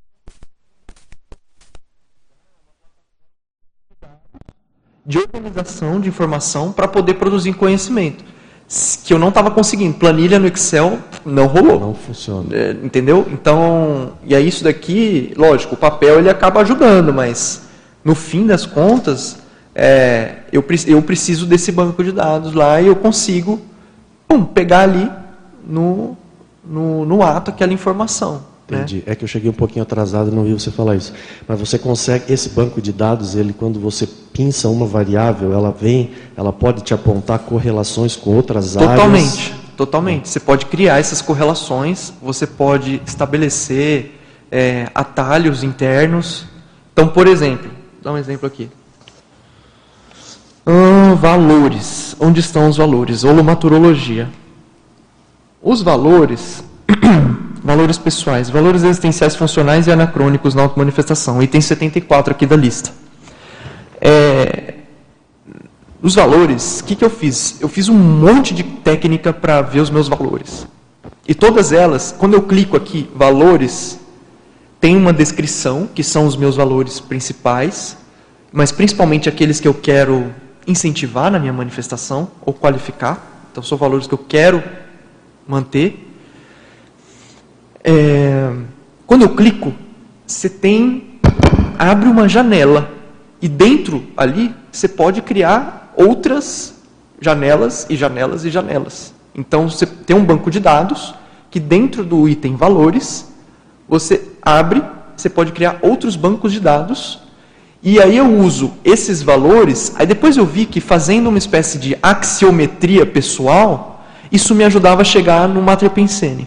De organização de informação para poder produzir conhecimento. Que eu não estava conseguindo. Planilha no Excel não rolou. Não funciona. É, entendeu? Então, e aí isso daqui, lógico, o papel ele acaba ajudando, mas no fim das contas, é, eu, eu preciso desse banco de dados lá e eu consigo pum, pegar ali no, no, no ato aquela informação. Entendi. Né? É que eu cheguei um pouquinho atrasado e não vi você falar isso. Mas você consegue, esse banco de dados, ele quando você pinça uma variável, ela vem, ela pode te apontar correlações com outras áreas? Totalmente, totalmente. Você pode criar essas correlações, você pode estabelecer é, atalhos internos. Então, por exemplo, vou dar um exemplo aqui. Hum, valores. Onde estão os valores? Holomaturologia. Os valores... Valores pessoais, valores existenciais funcionais e anacrônicos na automanifestação. Item setenta e quatro aqui da lista. É, os valores, o que, que eu fiz? Eu fiz um monte de técnica para ver os meus valores. E todas elas, quando eu clico aqui, valores, tem uma descrição, que são os meus valores principais, mas principalmente aqueles que eu quero incentivar na minha manifestação, ou qualificar. Então, são valores que eu quero manter. É, quando eu clico, você tem, abre uma janela e dentro ali você pode criar outras janelas e janelas e janelas. Então você tem um banco de dados que dentro do item valores você abre, você pode criar outros bancos de dados e aí eu uso esses valores. Aí depois eu vi que fazendo uma espécie de axiometria pessoal, isso me ajudava a chegar no Mater-Pensene.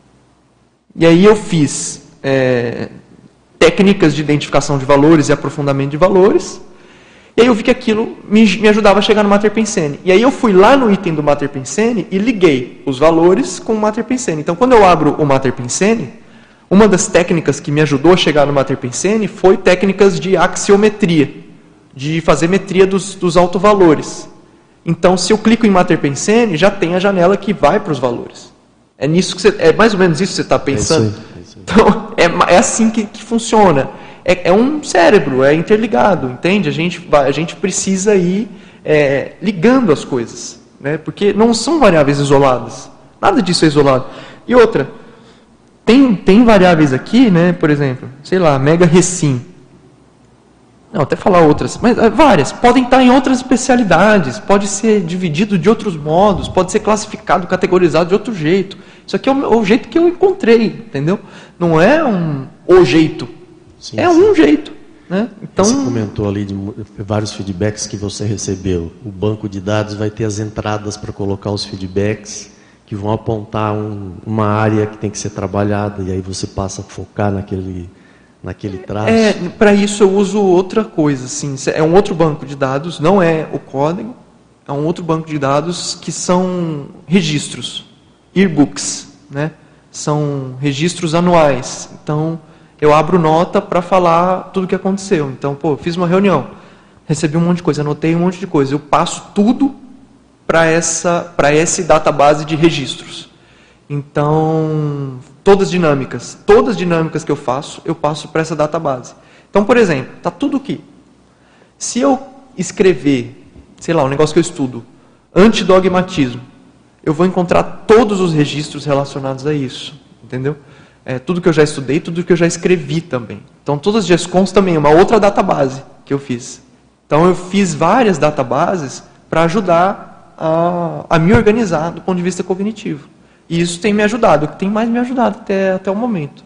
E aí eu fiz é, técnicas de identificação de valores e aprofundamento de valores. E aí eu vi que aquilo me, me ajudava a chegar no Mater-Pensene. E aí eu fui lá no item do Mater-Pensene e liguei os valores com o Mater-Pensene. Então, quando eu abro o Mater-Pensene, uma das técnicas que me ajudou a chegar no Mater-Pensene foi técnicas de axiometria, de fazer metria dos, dos autovalores. Então, se eu clico em Mater-Pensene, já tem a janela que vai para os valores. É, nisso que você, é mais ou menos isso que você está pensando? É isso aí, é isso aí. Então, é, é assim que, que funciona. É, é um cérebro, é interligado, entende? A gente, a gente precisa ir é, ligando as coisas, né? Porque não são variáveis isoladas. Nada disso é isolado. E outra, tem, tem variáveis aqui, né? Por exemplo, sei lá, mega recim. Não, até falar outras, mas várias. Podem estar em outras especialidades, pode ser dividido de outros modos, pode ser classificado, categorizado de outro jeito. Isso aqui é o, o jeito que eu encontrei, entendeu? Não é um o jeito, sim, é sim. um jeito. Né? Então, você comentou ali de vários feedbacks que você recebeu. O banco de dados vai ter as entradas para colocar os feedbacks que vão apontar um, uma área que tem que ser trabalhada, e aí você passa a focar naquele... naquele traço? É, para isso eu uso outra coisa, assim, é um outro banco de dados, não é o código, é um outro banco de dados que são registros, yearbooks, né? São registros anuais. Então, eu abro nota para falar tudo o que aconteceu. Então, pô, fiz uma reunião, recebi um monte de coisa, anotei um monte de coisa, eu passo tudo para essa, para esse database de registros. Então, todas dinâmicas, todas as dinâmicas que eu faço, eu passo para essa database. Então, por exemplo, está tudo aqui. Se eu escrever, sei lá, um negócio que eu estudo, antidogmatismo, eu vou encontrar todos os registros relacionados a isso. entendeu? É, tudo que eu já estudei, tudo que eu já escrevi também. Então, todas as GESCONs também é uma outra database que eu fiz. Então, eu fiz várias databases para ajudar a, a me organizar do ponto de vista cognitivo. E isso tem me ajudado, o que tem mais me ajudado até, até o momento.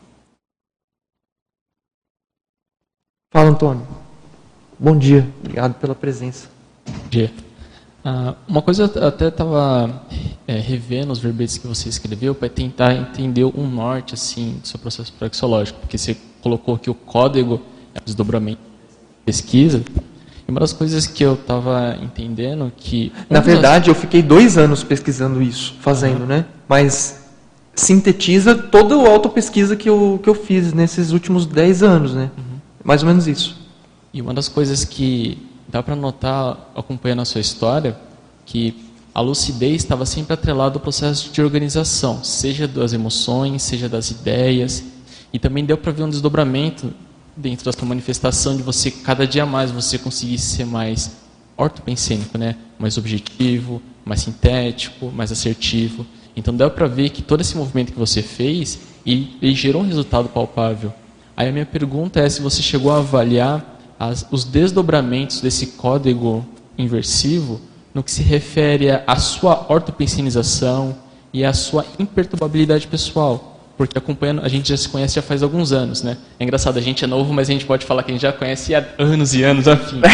Fala, Antônio. Bom dia, obrigado pela presença. Bom dia. Ah, uma coisa, eu até estava é, revendo os verbetes que você escreveu para tentar entender um norte assim, do seu processo praxeológico, porque você colocou que o código é o desdobramento de pesquisa. E uma das coisas que eu estava entendendo que... Na verdade, das... eu fiquei dois anos pesquisando isso, fazendo, uhum. né? Mas sintetiza toda a autopesquisa que eu, que eu fiz nesses últimos dez anos, né? Uhum. Mais ou menos isso. E uma das coisas que dá para notar, acompanhando a sua história, que a lucidez estava sempre atrelada ao processo de organização, seja das emoções, seja das ideias. E também deu para ver um desdobramento dentro da sua manifestação de você, cada dia mais, você conseguir ser mais ortopensênico, né? Mais objetivo, mais sintético, mais assertivo. Então deu para ver que todo esse movimento que você fez, ele, ele gerou um resultado palpável. Aí a minha pergunta é se você chegou a avaliar as, os desdobramentos desse código inversivo no que se refere à sua ortopensinização e à sua imperturbabilidade pessoal. Porque acompanhando, a gente já se conhece já faz alguns anos, né? É engraçado, a gente é novo, mas a gente pode falar que a gente já conhece há anos e anos a fim.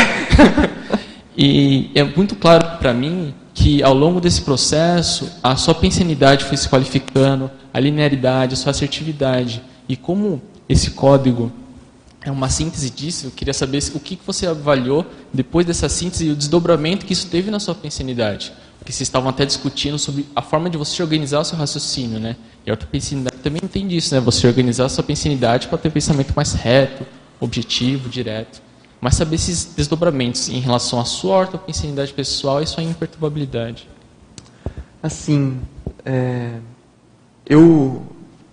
E é muito claro para mim que ao longo desse processo, a sua pensanidade foi se qualificando, a linearidade, a sua assertividade. E como esse código é uma síntese disso, eu queria saber o que você avaliou depois dessa síntese e o desdobramento que isso teve na sua pensanidade. Porque vocês estavam até discutindo sobre a forma de você organizar o seu raciocínio, né? E a ortopensanidade também entende isso, né? Você organizar a sua pensanidade para ter um pensamento mais reto, objetivo, direto. Mas saber esses desdobramentos em relação à sua ortopensanidade pessoal e sua imperturbabilidade. Assim, é, eu,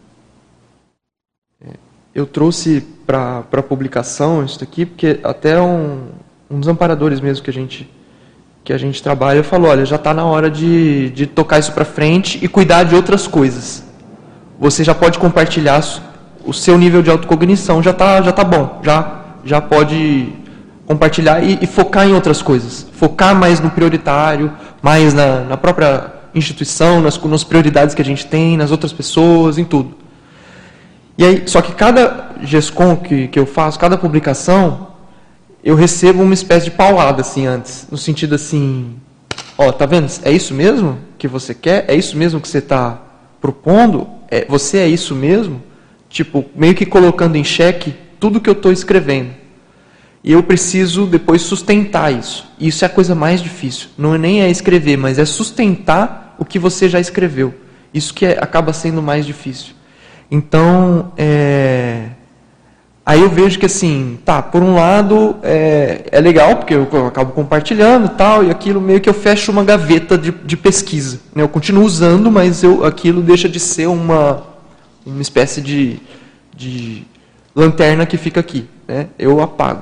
eu trouxe para a publicação isso daqui, porque até um, um dos amparadores mesmo que a gente... que a gente trabalha, falou, olha, já está na hora de, de tocar isso para frente e cuidar de outras coisas. Você já pode compartilhar o seu nível de autocognição, já está já tá bom, já, já pode compartilhar e, e focar em outras coisas. Focar mais no prioritário, mais na, na própria instituição, nas, nas prioridades que a gente tem, nas outras pessoas, em tudo. E aí, só que cada GESCON que, que eu faço, cada publicação, eu recebo uma espécie de paulada, assim, antes. No sentido assim, ó, tá vendo? É isso mesmo que você quer? É isso mesmo que você está propondo? É, você é isso mesmo? Tipo, meio que colocando em xeque tudo que eu estou escrevendo. E eu preciso depois sustentar isso. E isso é a coisa mais difícil. Não é nem é escrever, mas é sustentar o que você já escreveu. Isso que é, acaba sendo mais difícil. Então, é... aí eu vejo que assim, tá, por um lado é, é legal, porque eu, eu acabo compartilhando e tal, e aquilo meio que eu fecho uma gaveta de, de pesquisa. Né? Eu continuo usando, mas eu, aquilo deixa de ser uma, uma espécie de, de lanterna que fica aqui. Né? Eu apago.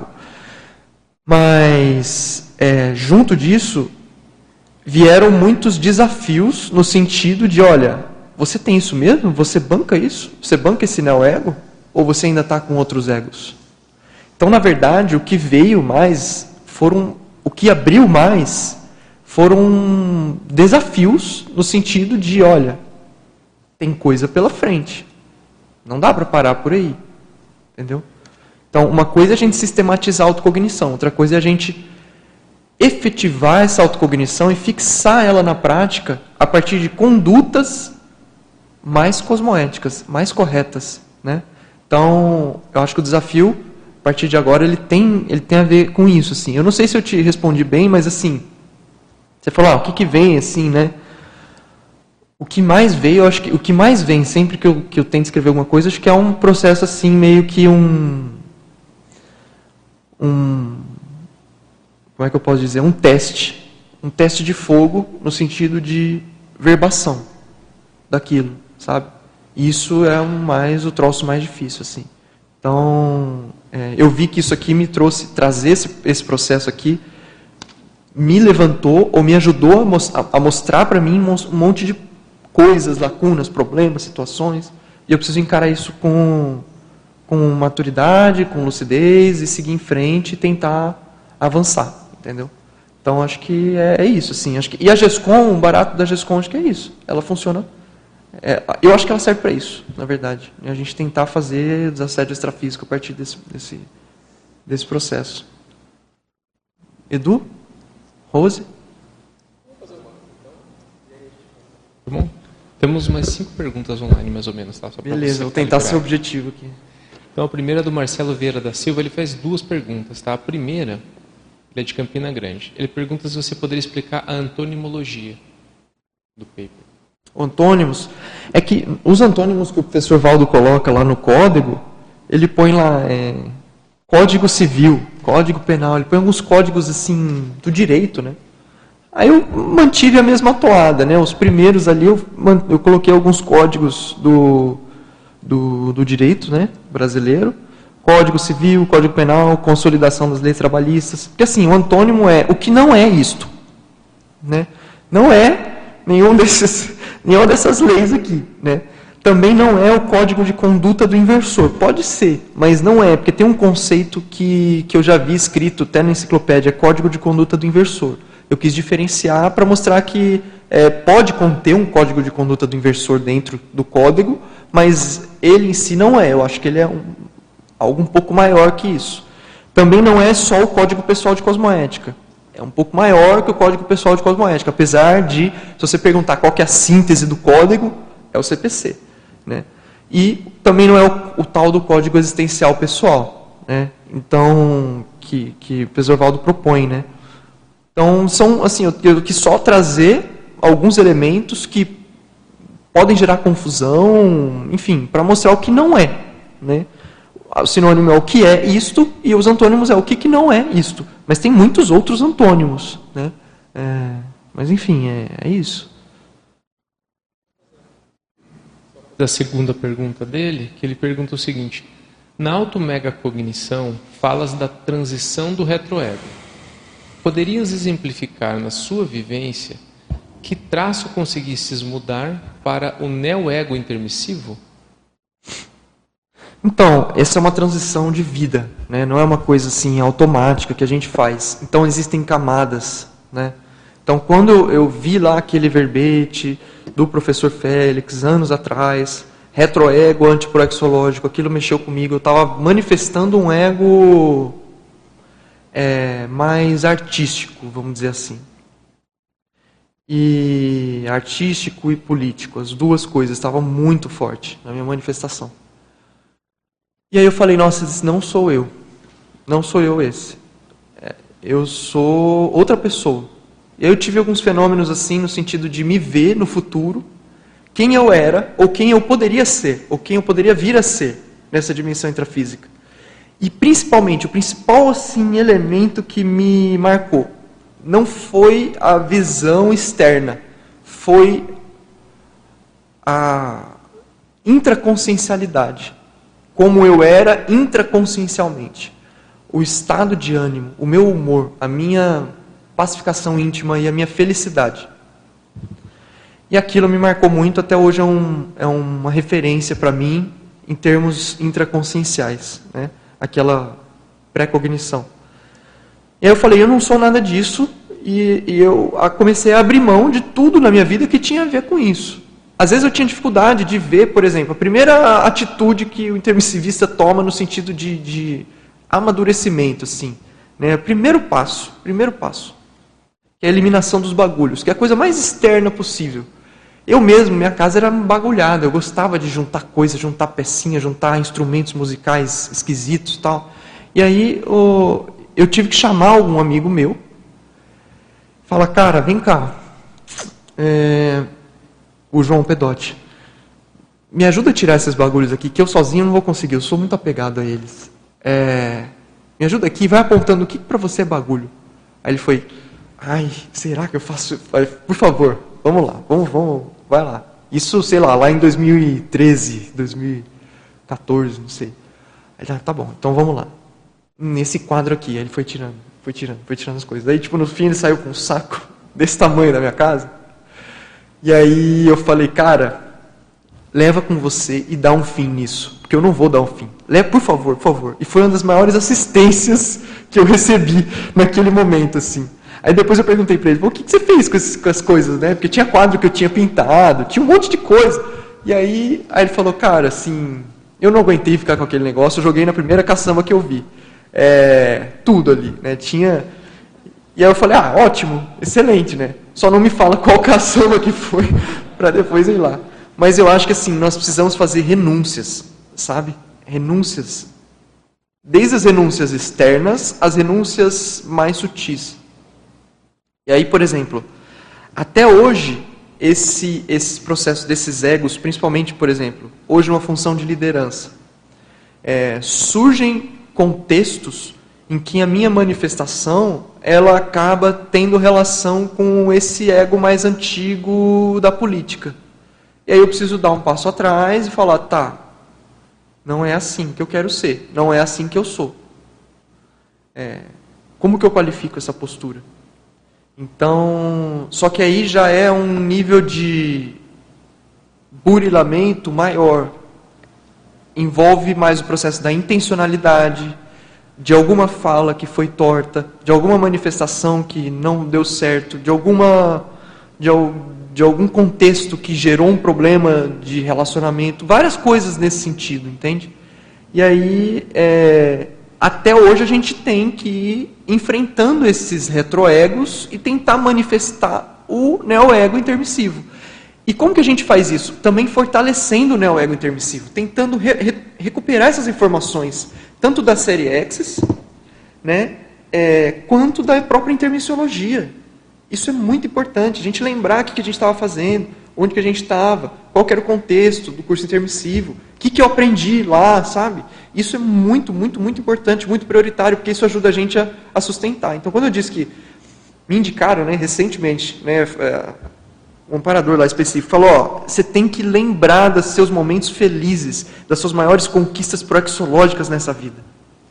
Mas, é, junto disso, vieram muitos desafios no sentido de, olha, você tem isso mesmo? Você banca isso? Você banca esse neo-ego? Ou você ainda está com outros egos? Então, na verdade, o que veio mais, foram, o que abriu mais, foram desafios no sentido de, olha, tem coisa pela frente. Não dá para parar por aí. Entendeu? Então, uma coisa é a gente sistematizar a autocognição, outra coisa é a gente efetivar essa autocognição e fixar ela na prática a partir de condutas mais cosmoéticas, mais corretas, né? Então, eu acho que o desafio, a partir de agora, ele tem, ele tem a ver com isso, assim. Eu não sei se eu te respondi bem, mas assim, você falou, ah, o que que vem, assim, né? O que mais veio, eu acho que o que mais vem sempre que eu, que eu tento escrever alguma coisa, acho que é um processo, assim, meio que um, um, como é que eu posso dizer? Um teste, um teste de fogo, no sentido de verbação daquilo, sabe? Isso é um mais, o troço mais difícil, assim. Então, é, eu vi que isso aqui me trouxe, trazer esse, esse processo aqui, me levantou, ou me ajudou a, mos, a, a mostrar para mim um monte de coisas, lacunas, problemas, situações, E eu preciso encarar isso com, com maturidade, com lucidez, e seguir em frente e tentar avançar, entendeu? Então, acho que é, é isso, assim. Acho que, e a GESCOM, o barato da GESCOM, acho que é isso. Ela funciona... É, eu acho que ela serve para isso, na verdade. A gente tentar fazer desassédio extrafísico a partir desse, desse, desse processo. Edu? Rose? Tá bom? Temos mais cinco perguntas online, mais ou menos. Tá? Só Beleza, vou tentar ser objetivo aqui. Então, a primeira é do Marcelo Vieira da Silva. Ele faz duas perguntas. Tá? A primeira, ele é de Campina Grande. Ele pergunta se você poderia explicar a antonimologia do paper. Antônimos, é que os antônimos que o professor Valdo coloca lá no código, ele põe lá é, Código Civil, Código Penal, ele põe alguns códigos assim do direito, né? Aí eu mantive a mesma toada, né? Os primeiros ali eu, eu coloquei alguns códigos do, do, do direito, né, brasileiro, Código Civil, Código Penal, Consolidação das Leis Trabalhistas, porque assim, o antônimo é o que não é isto, né? Não é nenhum desses, nenhuma dessas leis aqui, né? Também não é o código de conduta do inversor. Pode ser, mas não é, porque tem um conceito que, que eu já vi escrito até na enciclopédia, código de conduta do inversor. Eu quis diferenciar para mostrar que é, pode conter um código de conduta do inversor dentro do código, mas ele em si não é. Eu acho que ele é um, algo um pouco maior que isso. Também não é só o Código Pessoal de Cosmoética. É um pouco maior que o Código Pessoal de Cosmoética, apesar de, se você perguntar qual que é a síntese do código, é o C P C. Né? E também não é o, o tal do Código Existencial Pessoal, né? Então, que, que o professor Valdo propõe. Né? Então, são, assim, eu, eu quis só trazer alguns elementos que podem gerar confusão, enfim, para mostrar o que não é. Né? O sinônimo é o que é isto, e os antônimos é o que, que não é isto. Mas tem muitos outros antônimos. Né? É, mas, enfim, é, é isso. Da segunda pergunta dele, que ele pergunta o seguinte: na auto-megacognição, falas da transição do retroego. Poderias exemplificar na sua vivência que traço conseguistes mudar para o neo-ego intermissivo? Então, essa é uma transição de vida, né? Não é uma coisa assim automática que a gente faz. Então, existem camadas. Né? Então, quando eu, eu vi lá aquele verbete do professor Félix, anos atrás, retroego antiproexológico, aquilo mexeu comigo, eu estava manifestando um ego é, mais artístico, vamos dizer assim. E artístico e político, as duas coisas estavam muito fortes na minha manifestação. E aí eu falei, nossa, esse não sou eu. Não sou eu esse. Eu sou outra pessoa. E aí eu tive alguns fenômenos assim, no sentido de me ver no futuro, quem eu era, ou quem eu poderia ser, ou quem eu poderia vir a ser, nessa dimensão intrafísica. E principalmente, o principal assim, elemento que me marcou, não foi a visão externa, foi a intraconsciencialidade. Como eu era intraconsciencialmente. O estado de ânimo, o meu humor, a minha pacificação íntima e a minha felicidade. E aquilo me marcou muito, até hoje é, um, é uma referência para mim em termos intraconscienciais, né? Aquela pré-cognição. E aí eu falei, eu não sou nada disso, e, e eu comecei a abrir mão de tudo na minha vida que tinha a ver com isso. Às vezes eu tinha dificuldade de ver, por exemplo, a primeira atitude que o intermissivista toma no sentido de, de amadurecimento, assim, né? Primeiro passo, primeiro passo, que é a eliminação dos bagulhos, que é a coisa mais externa possível. Eu mesmo, minha casa era bagulhada, eu gostava de juntar coisas, juntar pecinhas, juntar instrumentos musicais esquisitos e tal. E aí o, eu tive que chamar algum amigo meu, falar, cara, vem cá, é... o João Pedotti, me ajuda a tirar esses bagulhos aqui, que eu sozinho não vou conseguir, eu sou muito apegado a eles. É, me ajuda aqui, vai apontando o que para você é bagulho. Aí ele foi, ai, será que eu faço? Por favor, vamos lá, vamos, vamos, vai lá. Isso, sei lá, lá em dois mil e treze, dois mil e quatorze, não sei. Aí ele, ah, tá bom, então vamos lá. Nesse quadro aqui, aí ele foi tirando, foi tirando, foi tirando as coisas. Daí, tipo, no fim ele saiu com um saco desse tamanho da minha casa. E aí eu falei, cara, leva com você e dá um fim nisso, porque eu não vou dar um fim. Leva, por favor, por favor. E foi uma das maiores assistências que eu recebi naquele momento, assim. Aí depois eu perguntei para ele, o que, que você fez com, esses, com as coisas, né? Porque tinha quadro que eu tinha pintado, tinha um monte de coisa. E aí, aí ele falou, cara, assim, eu não aguentei ficar com aquele negócio, eu joguei na primeira caçamba que eu vi. É, tudo ali, né? Tinha... E aí eu falei, ah, ótimo, excelente, né? Só não me fala qual caçamba que foi, para depois ir lá. Mas eu acho que assim, nós precisamos fazer renúncias, sabe? Renúncias. Desde as renúncias externas, às renúncias mais sutis. E aí, por exemplo, até hoje, esse, esse processo desses egos, principalmente, por exemplo, hoje uma função de liderança, é, surgem contextos em que a minha manifestação, ela acaba tendo relação com esse ego mais antigo da política. E aí eu preciso dar um passo atrás e falar, tá, não é assim que eu quero ser, não é assim que eu sou. É, como que eu qualifico essa postura? Então, só que aí já é um nível de burilamento maior. Envolve mais o processo da intencionalidade, de alguma fala que foi torta, de alguma manifestação que não deu certo, de alguma de, de algum contexto que gerou um problema de relacionamento, várias coisas nesse sentido, entende? E aí, é, até hoje a gente tem que ir enfrentando esses retroegos e tentar manifestar o neoego intermissivo. E como que a gente faz isso? Também fortalecendo o neoego intermissivo, tentando re re recuperar essas informações, tanto da série Axis, né, é, quanto da própria intermissiologia. Isso é muito importante, a gente lembrar o que a gente estava fazendo, onde que a gente estava, qual que era o contexto do curso intermissivo, o que, que eu aprendi lá, sabe? Isso é muito, muito, muito importante, muito prioritário, porque isso ajuda a gente a, a sustentar. Então, quando eu disse que me indicaram, né, recentemente, né, um amparador lá específico, falou, ó, você tem que lembrar dos seus momentos felizes, das suas maiores conquistas proexológicas nessa vida.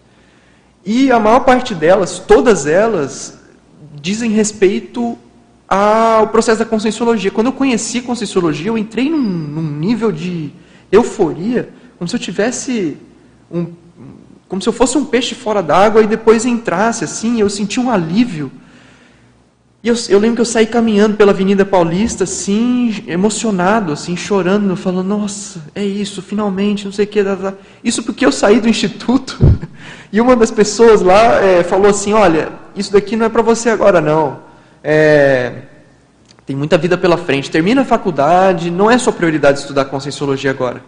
E a maior parte delas, todas elas, dizem respeito ao processo da conscienciologia. Quando eu conheci a conscienciologia, eu entrei num, num nível de euforia, como se eu tivesse um, como se eu fosse um peixe fora d'água e depois entrasse assim, eu senti um alívio. E eu, eu lembro que eu saí caminhando pela Avenida Paulista, assim, emocionado, assim, chorando, falando, nossa, é isso, finalmente, não sei o que. Isso porque eu saí do instituto e uma das pessoas lá é, falou assim, olha, isso daqui não é para você agora não. É, tem muita vida pela frente, termina a faculdade, não é sua prioridade estudar conscienciologia agora.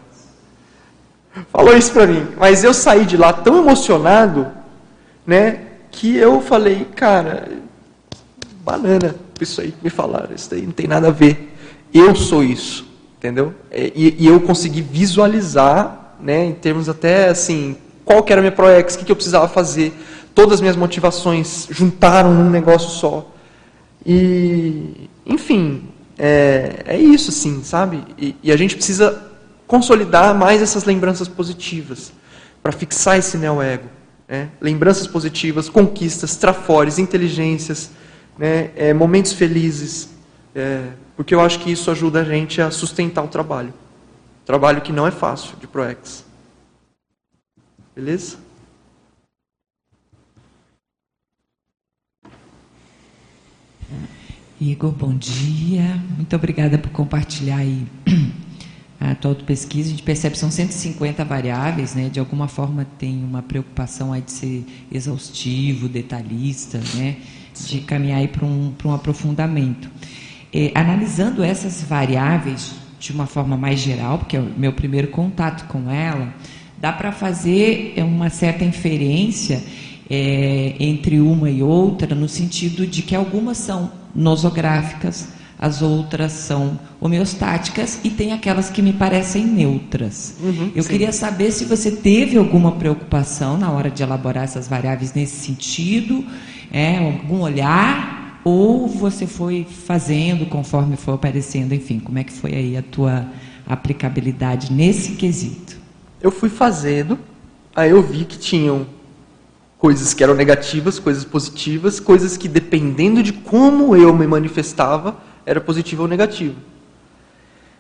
Falou isso para mim, mas eu saí de lá tão emocionado, né, que eu falei, cara, banana, isso aí que me falaram, isso aí não tem nada a ver, eu sou isso, entendeu? E, e eu consegui visualizar, né, em termos até assim, qual que era a minha proex, o que, que eu precisava fazer, todas as minhas motivações juntaram num negócio só. E, enfim, é, é isso, assim, sabe? E, e a gente precisa consolidar mais essas lembranças positivas para fixar esse neoego. Né? Lembranças positivas, conquistas, trafores, inteligências, né? É, momentos felizes, é, porque eu acho que isso ajuda a gente a sustentar o trabalho. Trabalho que não é fácil, de proex. Beleza? Igor, bom dia. Muito obrigada por compartilhar aí a tua autopesquisa. A gente percebe que são cento e cinquenta variáveis, né? De alguma forma tem uma preocupação aí de ser exaustivo, detalhista, né? De caminhar aí para um, para um aprofundamento. É, analisando essas variáveis de uma forma mais geral, porque é o meu primeiro contato com ela, dá para fazer uma certa inferência é, entre uma e outra, no sentido de que algumas são nosográficas, as outras são homeostáticas e tem aquelas que me parecem neutras. Uhum, Eu sim. queria saber se você teve alguma preocupação na hora de elaborar essas variáveis nesse sentido, é, algum olhar, ou você foi fazendo conforme foi aparecendo, enfim, como é que foi aí a tua aplicabilidade nesse quesito? Eu fui fazendo, aí eu vi que tinham coisas que eram negativas, coisas positivas, coisas que dependendo de como eu me manifestava, era positivo ou negativo.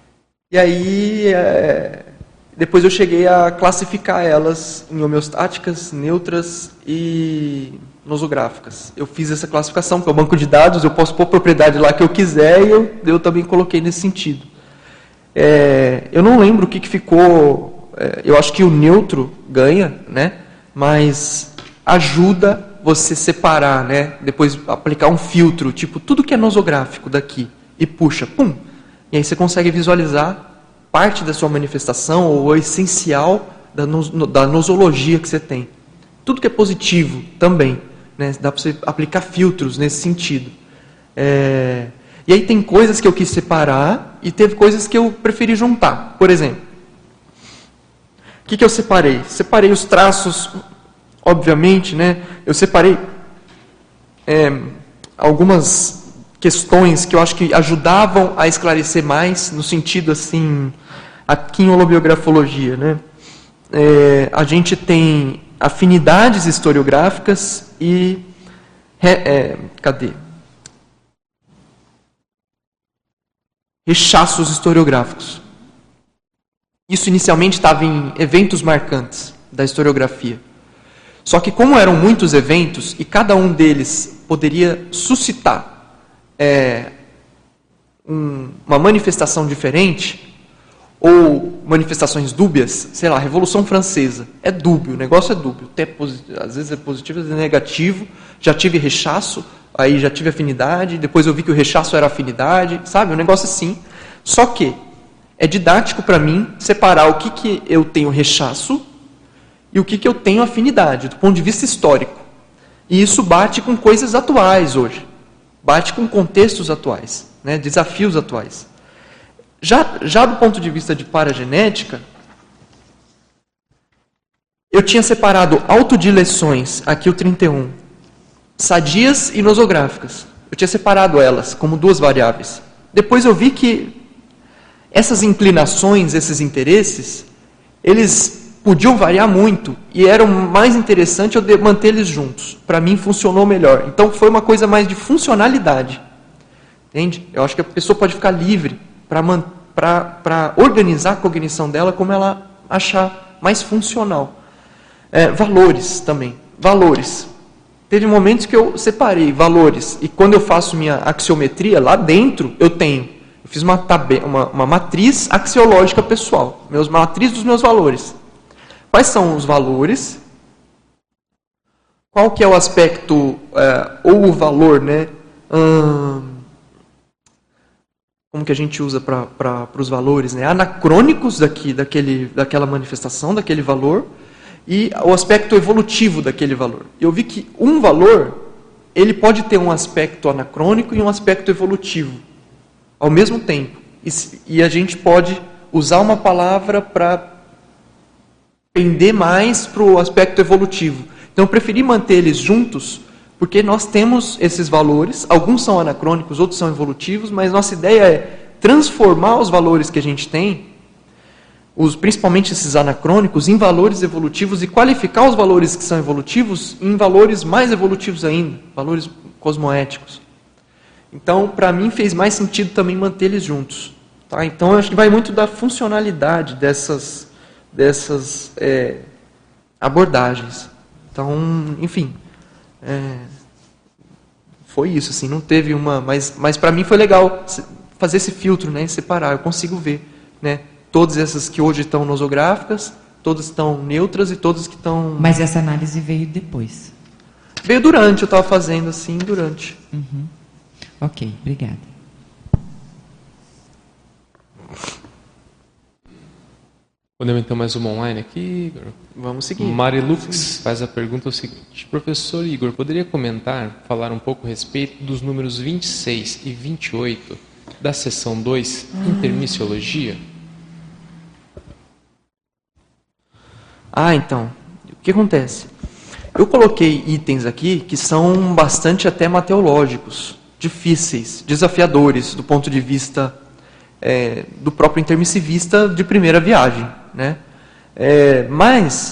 E aí, é, depois eu cheguei a classificar elas em homeostáticas, neutras e nosográficas. Eu fiz essa classificação, que é o banco de dados, eu posso pôr propriedade lá que eu quiser, e eu, eu também coloquei nesse sentido. É, eu não lembro o que, que ficou, é, eu acho que o neutro ganha, né? Mas ajuda você separar, né? Depois aplicar um filtro, tipo, tudo que é nosográfico daqui, e puxa, pum! E aí você consegue visualizar parte da sua manifestação ou o essencial da, nos, da nosologia que você tem. Tudo que é positivo também, né? Dá para você aplicar filtros nesse sentido. É... E aí tem coisas que eu quis separar e teve coisas que eu preferi juntar. Por exemplo, o que, que eu separei? Separei os traços, obviamente, né? Eu separei é, algumas questões que eu acho que ajudavam a esclarecer mais, no sentido assim, aqui em holobiografologia, né? É, a gente tem afinidades historiográficas e é, cadê? rechaços historiográficos. Isso inicialmente estava em eventos marcantes da historiografia. Só que como eram muitos eventos e cada um deles poderia suscitar É, um, uma manifestação diferente, ou manifestações dúbias, sei lá, Revolução Francesa, é dúbio, o negócio é dúbio, até às vezes é positivo, às vezes é negativo, já tive rechaço, aí já tive afinidade, depois eu vi que o rechaço era afinidade, sabe, um negócio assim. Só que é didático para mim separar o que, que eu tenho rechaço e o que, que eu tenho afinidade, do ponto de vista histórico. E isso bate com coisas atuais hoje. Bate com contextos atuais, né, desafios atuais. Já, já do ponto de vista de paragenética, eu tinha separado autodileções, aqui o trinta e um, sadias e nosográficas. Eu tinha separado elas como duas variáveis. Depois eu vi que essas inclinações, esses interesses, eles podiam variar muito e era mais interessante eu manter eles juntos. Para mim funcionou melhor. Então foi uma coisa mais de funcionalidade. Entende? Eu acho que a pessoa pode ficar livre para organizar a cognição dela como ela achar mais funcional. É, valores também. Valores. Teve momentos que eu separei valores. E quando eu faço minha axiometria, lá dentro eu tenho. Eu fiz uma, tabela, uma, uma matriz axiológica pessoal. Meus, matriz dos meus valores. Quais são os valores? Qual que é o aspecto, é, ou o valor, né? Hum, como que a gente usa para os valores, né? Anacrônicos daqui, daquele, daquela manifestação, daquele valor, e o aspecto evolutivo daquele valor. Eu vi que um valor, ele pode ter um aspecto anacrônico e um aspecto evolutivo, ao mesmo tempo. E, e a gente pode usar uma palavra para pender mais para o aspecto evolutivo. Então eu preferi manter eles juntos, porque nós temos esses valores, alguns são anacrônicos, outros são evolutivos, mas nossa ideia é transformar os valores que a gente tem, os, principalmente esses anacrônicos, em valores evolutivos e qualificar os valores que são evolutivos em valores mais evolutivos ainda, valores cosmoéticos. Então, para mim, fez mais sentido também manter eles juntos. Tá? Então, eu acho que vai muito da funcionalidade dessas dessas é, abordagens. Então, enfim, é, foi isso, assim, não teve uma, mas, mas para mim foi legal fazer esse filtro, né, separar, eu consigo ver, né, todas essas que hoje estão nosográficas, todas estão neutras e todas que estão... Mas essa análise veio depois? Veio durante, eu estava fazendo assim, durante. Uhum. Ok, obrigada. Podemos então mais uma online aqui, Igor? Vamos seguir. Marilux faz a pergunta o seguinte: professor Igor, poderia comentar, falar um pouco a respeito dos números vinte e seis e vinte e oito da seção dois, intermissiologia? Ah, então, o que acontece? Eu coloquei itens aqui que são bastante até mateológicos, difíceis, desafiadores do ponto de vista é, do próprio intermissivista de primeira viagem. Né? É, mas,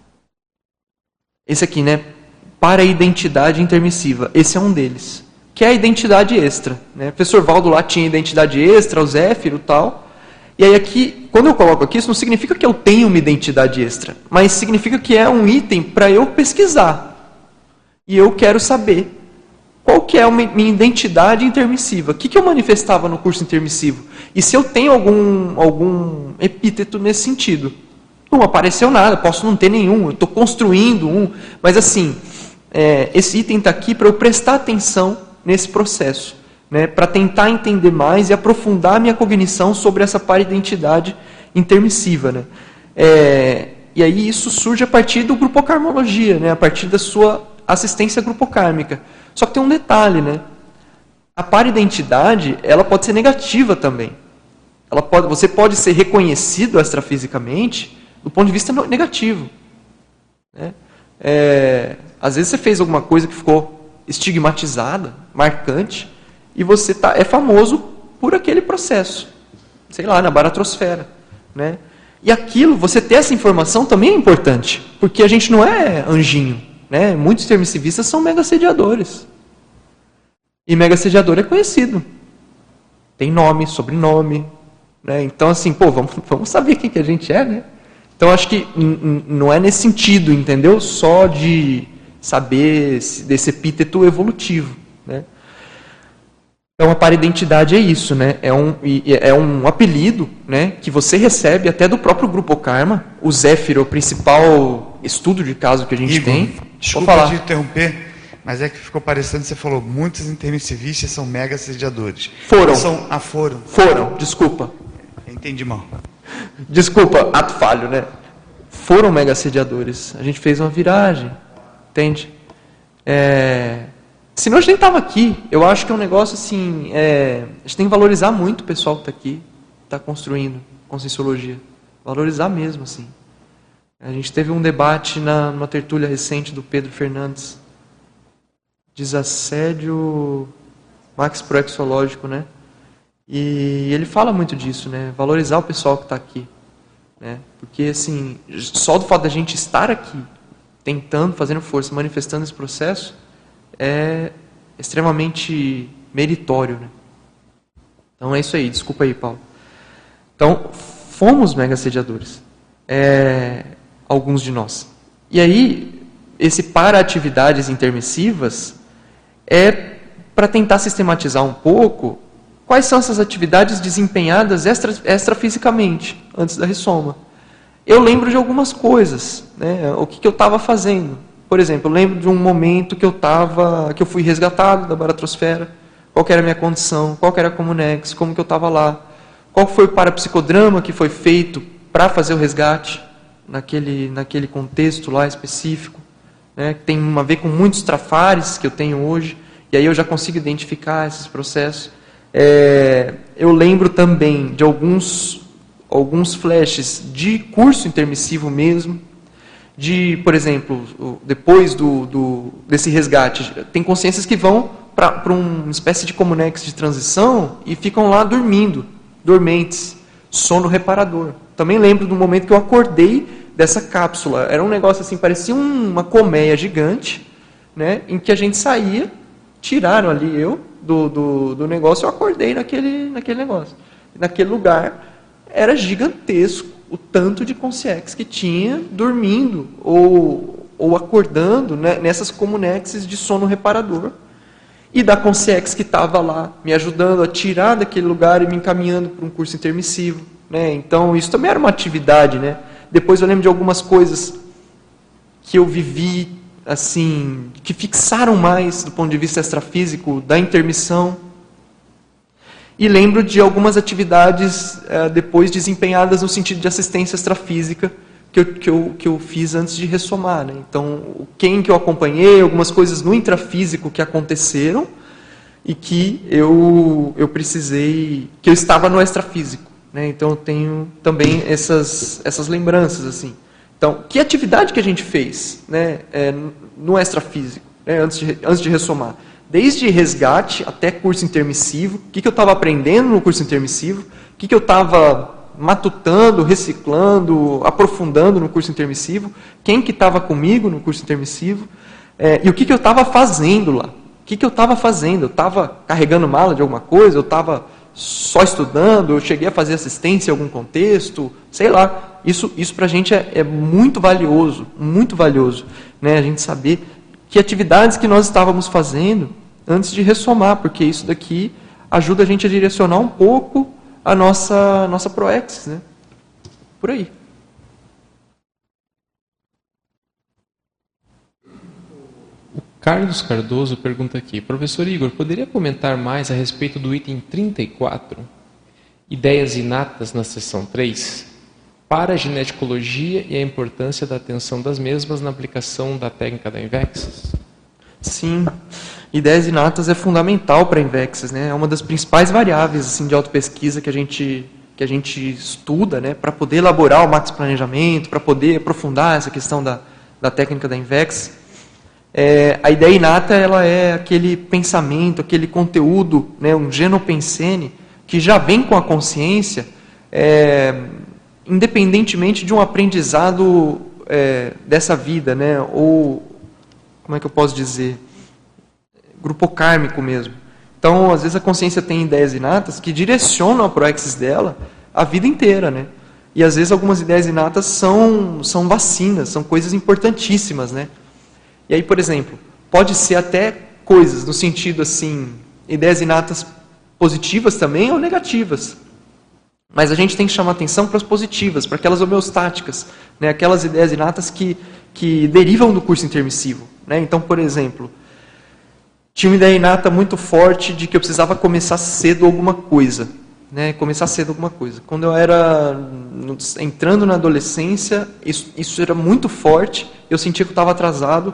esse aqui, né, para a identidade intermissiva, esse é um deles, que é a identidade extra. Né? O professor Valdo lá tinha identidade extra, o Zéfiro e tal, E aí aqui, quando eu coloco aqui, isso não significa que eu tenho uma identidade extra, mas significa que é um item para eu pesquisar. E eu quero saber qual que é a minha identidade intermissiva. O que, que eu manifestava no curso intermissivo? E se eu tenho algum, algum epíteto nesse sentido? Não apareceu nada, posso não ter nenhum, eu estou construindo um, mas assim, é, esse item está aqui para eu prestar atenção nesse processo. Né, para tentar entender mais e aprofundar a minha cognição sobre essa paridentidade intermissiva. Né? É, e aí isso surge a partir do grupocarmologia, né, a partir da sua assistência grupocármica. Só que tem um detalhe, né? A paridentidade, ela pode ser negativa também. Ela pode, você pode ser reconhecido extrafisicamente do ponto de vista negativo. Né? É, às vezes você fez alguma coisa que ficou estigmatizada, marcante, e você tá, é famoso por aquele processo, sei lá, na baratrosfera. Né? E aquilo, você ter essa informação também é importante, porque a gente não é anjinho. Né? Muitos intermissivistas são megassediadores. E megassediador é conhecido. Tem nome, sobrenome. Né? Então, assim, pô, vamos, vamos saber quem que a gente é, né? Então, acho que não é nesse sentido, entendeu? Só de saber desse epíteto evolutivo. Né? Então, a paridentidade é isso, né? É um, é um apelido, né, que você recebe até do próprio Grupo Karma. O Zéfiro é o principal estudo de caso que a gente Igor, tem. Desculpa te interromper, mas é que ficou parecendo, você falou, muitos intermissivistas são mega assediadores. Foram. São, ah, foram. Foram, desculpa. Entendi mal. Desculpa, ato falho, né? Foram mega assediadores. A gente fez uma viragem, entende? É... Senão a gente nem estava aqui. Eu acho que é um negócio assim, é... a gente tem que valorizar muito o pessoal que está aqui, está construindo Conscienciologia. Valorizar mesmo, assim. A gente teve um debate na, numa tertúlia recente do Pedro Fernandes, desassédio maxproexológico, né? E ele fala muito disso, né? Valorizar o pessoal que está aqui, né? Porque, assim, só do fato da gente estar aqui, tentando, fazendo força, manifestando esse processo, é extremamente meritório, né? Então é isso aí, desculpa aí, Paulo. Então, fomos mega assediadores. É, alguns de nós. E aí, esse para atividades intermissivas é para tentar sistematizar um pouco quais são essas atividades desempenhadas extra, extrafisicamente, antes da ressoma. Eu lembro de algumas coisas, né? O que, que eu estava fazendo. Por exemplo, eu lembro de um momento que eu, tava, que eu fui resgatado da baratrosfera, qual que era a minha condição, qual que era a Comunex, como que eu estava lá, qual foi o parapsicodrama que foi feito para fazer o resgate, naquele, naquele contexto lá específico, né, que tem a ver com muitos trafares que eu tenho hoje, e aí eu já consigo identificar esses processos. É, eu lembro também de alguns, alguns flashes de curso intermissivo mesmo, de, por exemplo, depois do, do, desse resgate, tem consciências que vão para uma espécie de Comunex de transição e ficam lá dormindo, dormentes, sono reparador. Também lembro do momento que eu acordei dessa cápsula. Era um negócio assim, parecia uma colmeia gigante, né, em que a gente saía, tiraram ali eu do, do, do negócio, eu acordei naquele, naquele negócio. Naquele lugar, era gigantesco o tanto de consciex que tinha dormindo ou, ou acordando, né, nessas comunexes de sono reparador. E da consciex que estava lá me ajudando a tirar daquele lugar e me encaminhando para um curso intermissivo. Né? Então, isso também era uma atividade. Né? Depois eu lembro de algumas coisas que eu vivi, assim, que fixaram mais do ponto de vista extrafísico da intermissão. E lembro de algumas atividades eh, depois desempenhadas no sentido de assistência extrafísica que eu, que eu, que eu fiz antes de ressomar. Né? Então, quem que eu acompanhei, algumas coisas no intrafísico que aconteceram e que eu, eu precisei, que eu estava no extrafísico. Né? Então, eu tenho também essas, essas lembranças. Assim. Então, que atividade que a gente fez, né, é, no extrafísico, né, antes, de, antes de ressomar? Desde resgate até curso intermissivo, o que, que eu estava aprendendo no curso intermissivo, o que, que eu estava matutando, reciclando, aprofundando no curso intermissivo, quem que estava comigo no curso intermissivo, é, e o que, que eu estava fazendo lá. O que, que eu estava fazendo? Eu estava carregando mala de alguma coisa? Eu estava só estudando, eu cheguei a fazer assistência em algum contexto, sei lá. Isso, isso para a gente é, é muito valioso, muito valioso, né? A gente saber que atividades que nós estávamos fazendo antes de ressomar, porque isso daqui ajuda a gente a direcionar um pouco a nossa, nossa Proexis, né? Por aí. O Carlos Cardoso pergunta aqui, professor Igor, poderia comentar mais a respeito do item trinta e quatro, ideias inatas na seção três, para a ginecologia e a importância da atenção das mesmas na aplicação da técnica da Invexis? Sim, ideias inatas é fundamental para a Invexis, né? É uma das principais variáveis assim, de autopesquisa que a gente, que a gente estuda, né? Para poder elaborar o Max Planejamento, para poder aprofundar essa questão da, da técnica da Invexis. É, a ideia inata ela é aquele pensamento, aquele conteúdo, né, um genopensene, que já vem com a consciência, é, independentemente de um aprendizado é, dessa vida, né, ou, como é que eu posso dizer, grupo kármico mesmo. Então, às vezes a consciência tem ideias inatas que direcionam a Proexis dela a vida inteira, né? E às vezes algumas ideias inatas são, são vacinas, são coisas importantíssimas, né? E aí, por exemplo, pode ser até coisas no sentido assim, ideias inatas positivas também ou negativas. Mas a gente tem que chamar atenção para as positivas, para aquelas homeostáticas, né? Aquelas ideias inatas que, que derivam do curso intermissivo, né? Então, por exemplo, tinha uma ideia inata muito forte de que eu precisava começar cedo alguma coisa, né? Começar cedo alguma coisa. Quando eu era entrando na adolescência, isso, isso era muito forte, eu sentia que eu estava atrasado,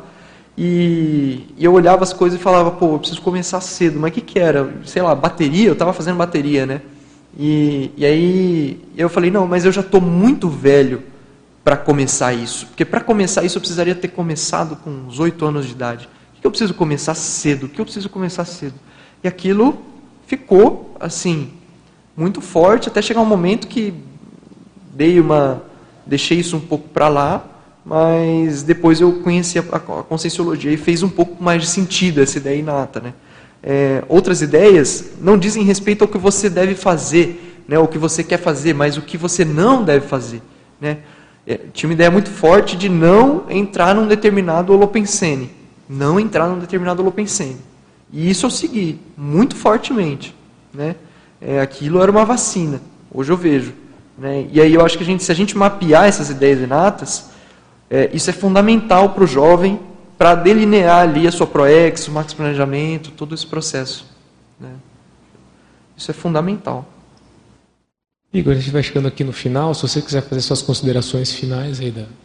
e, e eu olhava as coisas e falava, pô, eu preciso começar cedo, mas o que que era? Sei lá, bateria, eu estava fazendo bateria, né? E, e aí eu falei, não, mas eu já estou muito velho para começar isso, porque para começar isso eu precisaria ter começado com uns oito anos de idade. O que eu preciso começar cedo? O que eu preciso começar cedo? E aquilo ficou, assim, muito forte, até chegar um momento que dei uma, deixei isso um pouco para lá, mas depois eu conheci a, a Conscienciologia e fez um pouco mais de sentido essa ideia inata, né? É, outras ideias não dizem respeito ao que você deve fazer, né, o que você quer fazer, mas o que você não deve fazer, né? É, tinha uma ideia muito forte de não entrar num determinado holopensene, não entrar num determinado holopensene. E isso eu segui muito fortemente, né? É, aquilo era uma vacina, hoje eu vejo, né? E aí eu acho que a gente, se a gente mapear essas ideias inatas, é, isso é fundamental para o jovem, para delinear ali a sua Proexis, o Max Planejamento, todo esse processo, né? Isso é fundamental. Igor, a gente vai chegando aqui no final, se você quiser fazer suas considerações finais aí da...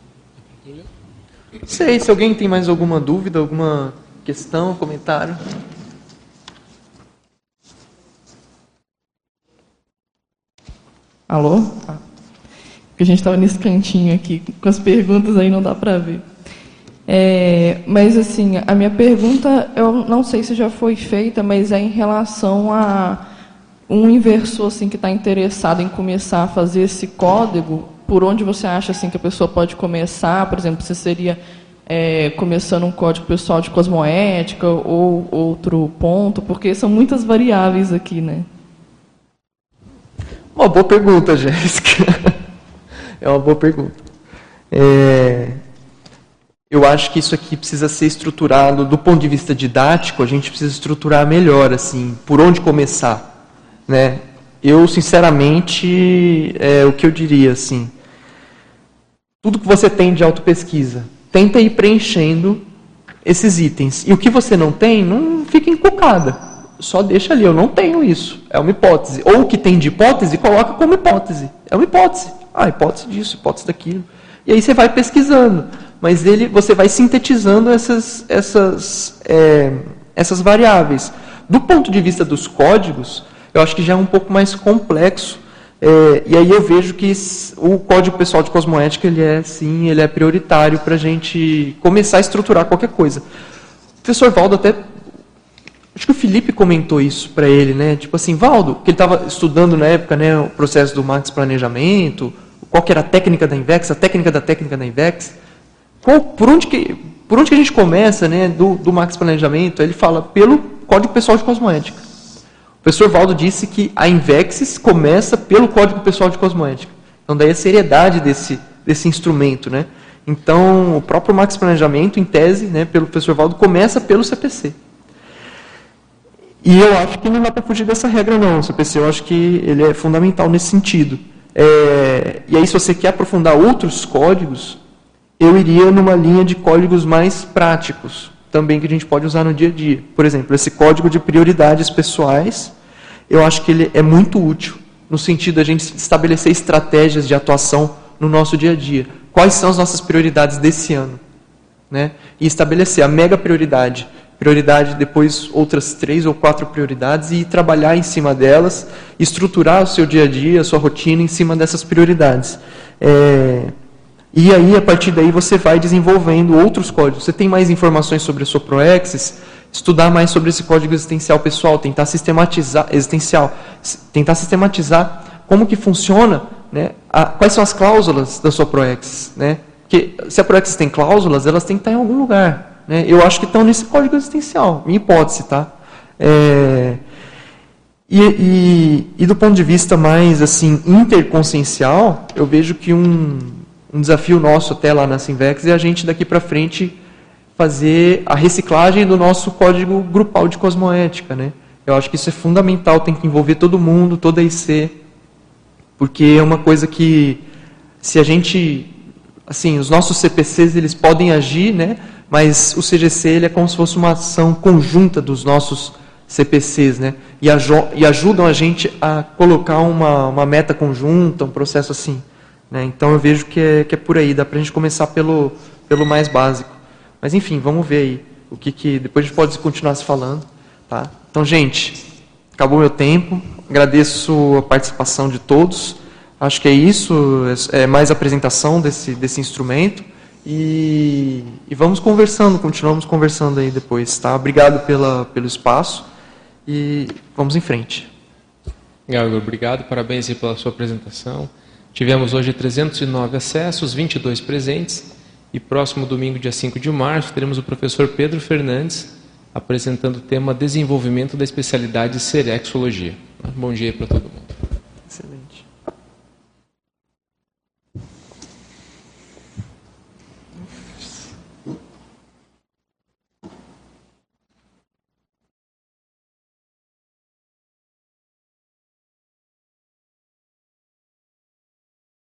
Sei, se alguém tem mais alguma dúvida, alguma questão, comentário. Alô? Ah. Porque a gente estava nesse cantinho aqui, com as perguntas aí não dá para ver. É, mas, assim, a minha pergunta, eu não sei se já foi feita, mas é em relação a um inversor assim, que está interessado em começar a fazer esse código, por onde você acha assim, que a pessoa pode começar? Por exemplo, se seria é, começando um código pessoal de cosmoética ou outro ponto, porque são muitas variáveis aqui, né? Uma boa pergunta, Jéssica. É uma boa pergunta. É, eu acho que isso aqui precisa ser estruturado, do ponto de vista didático, a gente precisa estruturar melhor, assim, por onde começar, né? Eu, sinceramente, é o que eu diria, assim, tudo que você tem de autopesquisa, tenta ir preenchendo esses itens. E o que você não tem, não fica encucada. Só deixa ali, eu não tenho isso. É uma hipótese. Ou o que tem de hipótese, coloca como hipótese. É uma hipótese. Ah, hipótese disso, hipótese daquilo. E aí você vai pesquisando. Mas ele, você vai sintetizando essas, essas, é, essas variáveis. Do ponto de vista dos códigos, eu acho que já é um pouco mais complexo. É, e aí eu vejo que o Código Pessoal de Cosmoética, ele é, sim, ele é prioritário para a gente começar a estruturar qualquer coisa. O professor Valdo até... Acho que o Felipe comentou isso para ele, né? Tipo assim, Valdo, que ele estava estudando na época, né, o processo do Max Planejamento, qual que era a técnica da Invex, a técnica da técnica da Invex. Qual, por, onde que, por onde que a gente começa, né, do, do Max Planejamento? Ele fala pelo Código Pessoal de Cosmoética. O professor Valdo disse que a Invexis começa pelo Código Pessoal de Cosmoética. Então, daí a seriedade desse, desse instrumento, né? Então, o próprio Max Planejamento, em tese, né, pelo professor Valdo, começa pelo C P C. E eu acho que não dá para fugir dessa regra, não. O C P C, eu acho que ele é fundamental nesse sentido. É, e aí, se você quer aprofundar outros códigos, eu iria numa linha de códigos mais práticos, também que a gente pode usar no dia a dia. Por exemplo, esse código de prioridades pessoais, eu acho que ele é muito útil, no sentido de a gente estabelecer estratégias de atuação no nosso dia a dia. Quais são as nossas prioridades desse ano? Né? E estabelecer a mega prioridade, prioridade, depois outras três ou quatro prioridades, e trabalhar em cima delas, estruturar o seu dia a dia, a sua rotina em cima dessas prioridades. É... E aí, a partir daí, você vai desenvolvendo outros códigos. Você tem mais informações sobre a sua ProExis, estudar mais sobre esse código existencial pessoal, tentar sistematizar, existencial, tentar sistematizar como que funciona, né, a, quais são as cláusulas da sua ProExis. Né? Porque se a ProExis tem cláusulas, elas têm que estar em algum lugar. Né? Eu acho que estão nesse código existencial, minha hipótese. Tá? É... E, e, e do ponto de vista mais assim, interconsciencial, eu vejo que um... Um desafio nosso até lá na Sinvex é a gente daqui para frente fazer a reciclagem do nosso código grupal de cosmoética, né? Eu acho que isso é fundamental, tem que envolver todo mundo, toda a I C, porque é uma coisa que, se a gente, assim, os nossos C P Cs eles podem agir, né? Mas o C G C ele é como se fosse uma ação conjunta dos nossos C P Cs, né? E, e ajudam a gente a colocar uma, uma meta conjunta, um processo assim. Né? Então eu vejo que é, que é por aí, dá para a gente começar pelo, pelo mais básico. Mas enfim, vamos ver aí o que, que depois a gente pode continuar se falando. Tá? Então, gente, acabou meu tempo, agradeço a participação de todos. Acho que é isso, é mais apresentação desse, desse instrumento. E, e vamos conversando, continuamos conversando aí depois. Tá? Obrigado pela, pelo espaço e vamos em frente. Legal, obrigado, parabéns aí pela sua apresentação. Tivemos hoje trezentos e nove acessos, vinte e dois presentes, e próximo domingo, dia cinco de março, teremos o professor Pedro Fernandes apresentando o tema Desenvolvimento da especialidade Serexologia. Bom dia para todo mundo. Excelente.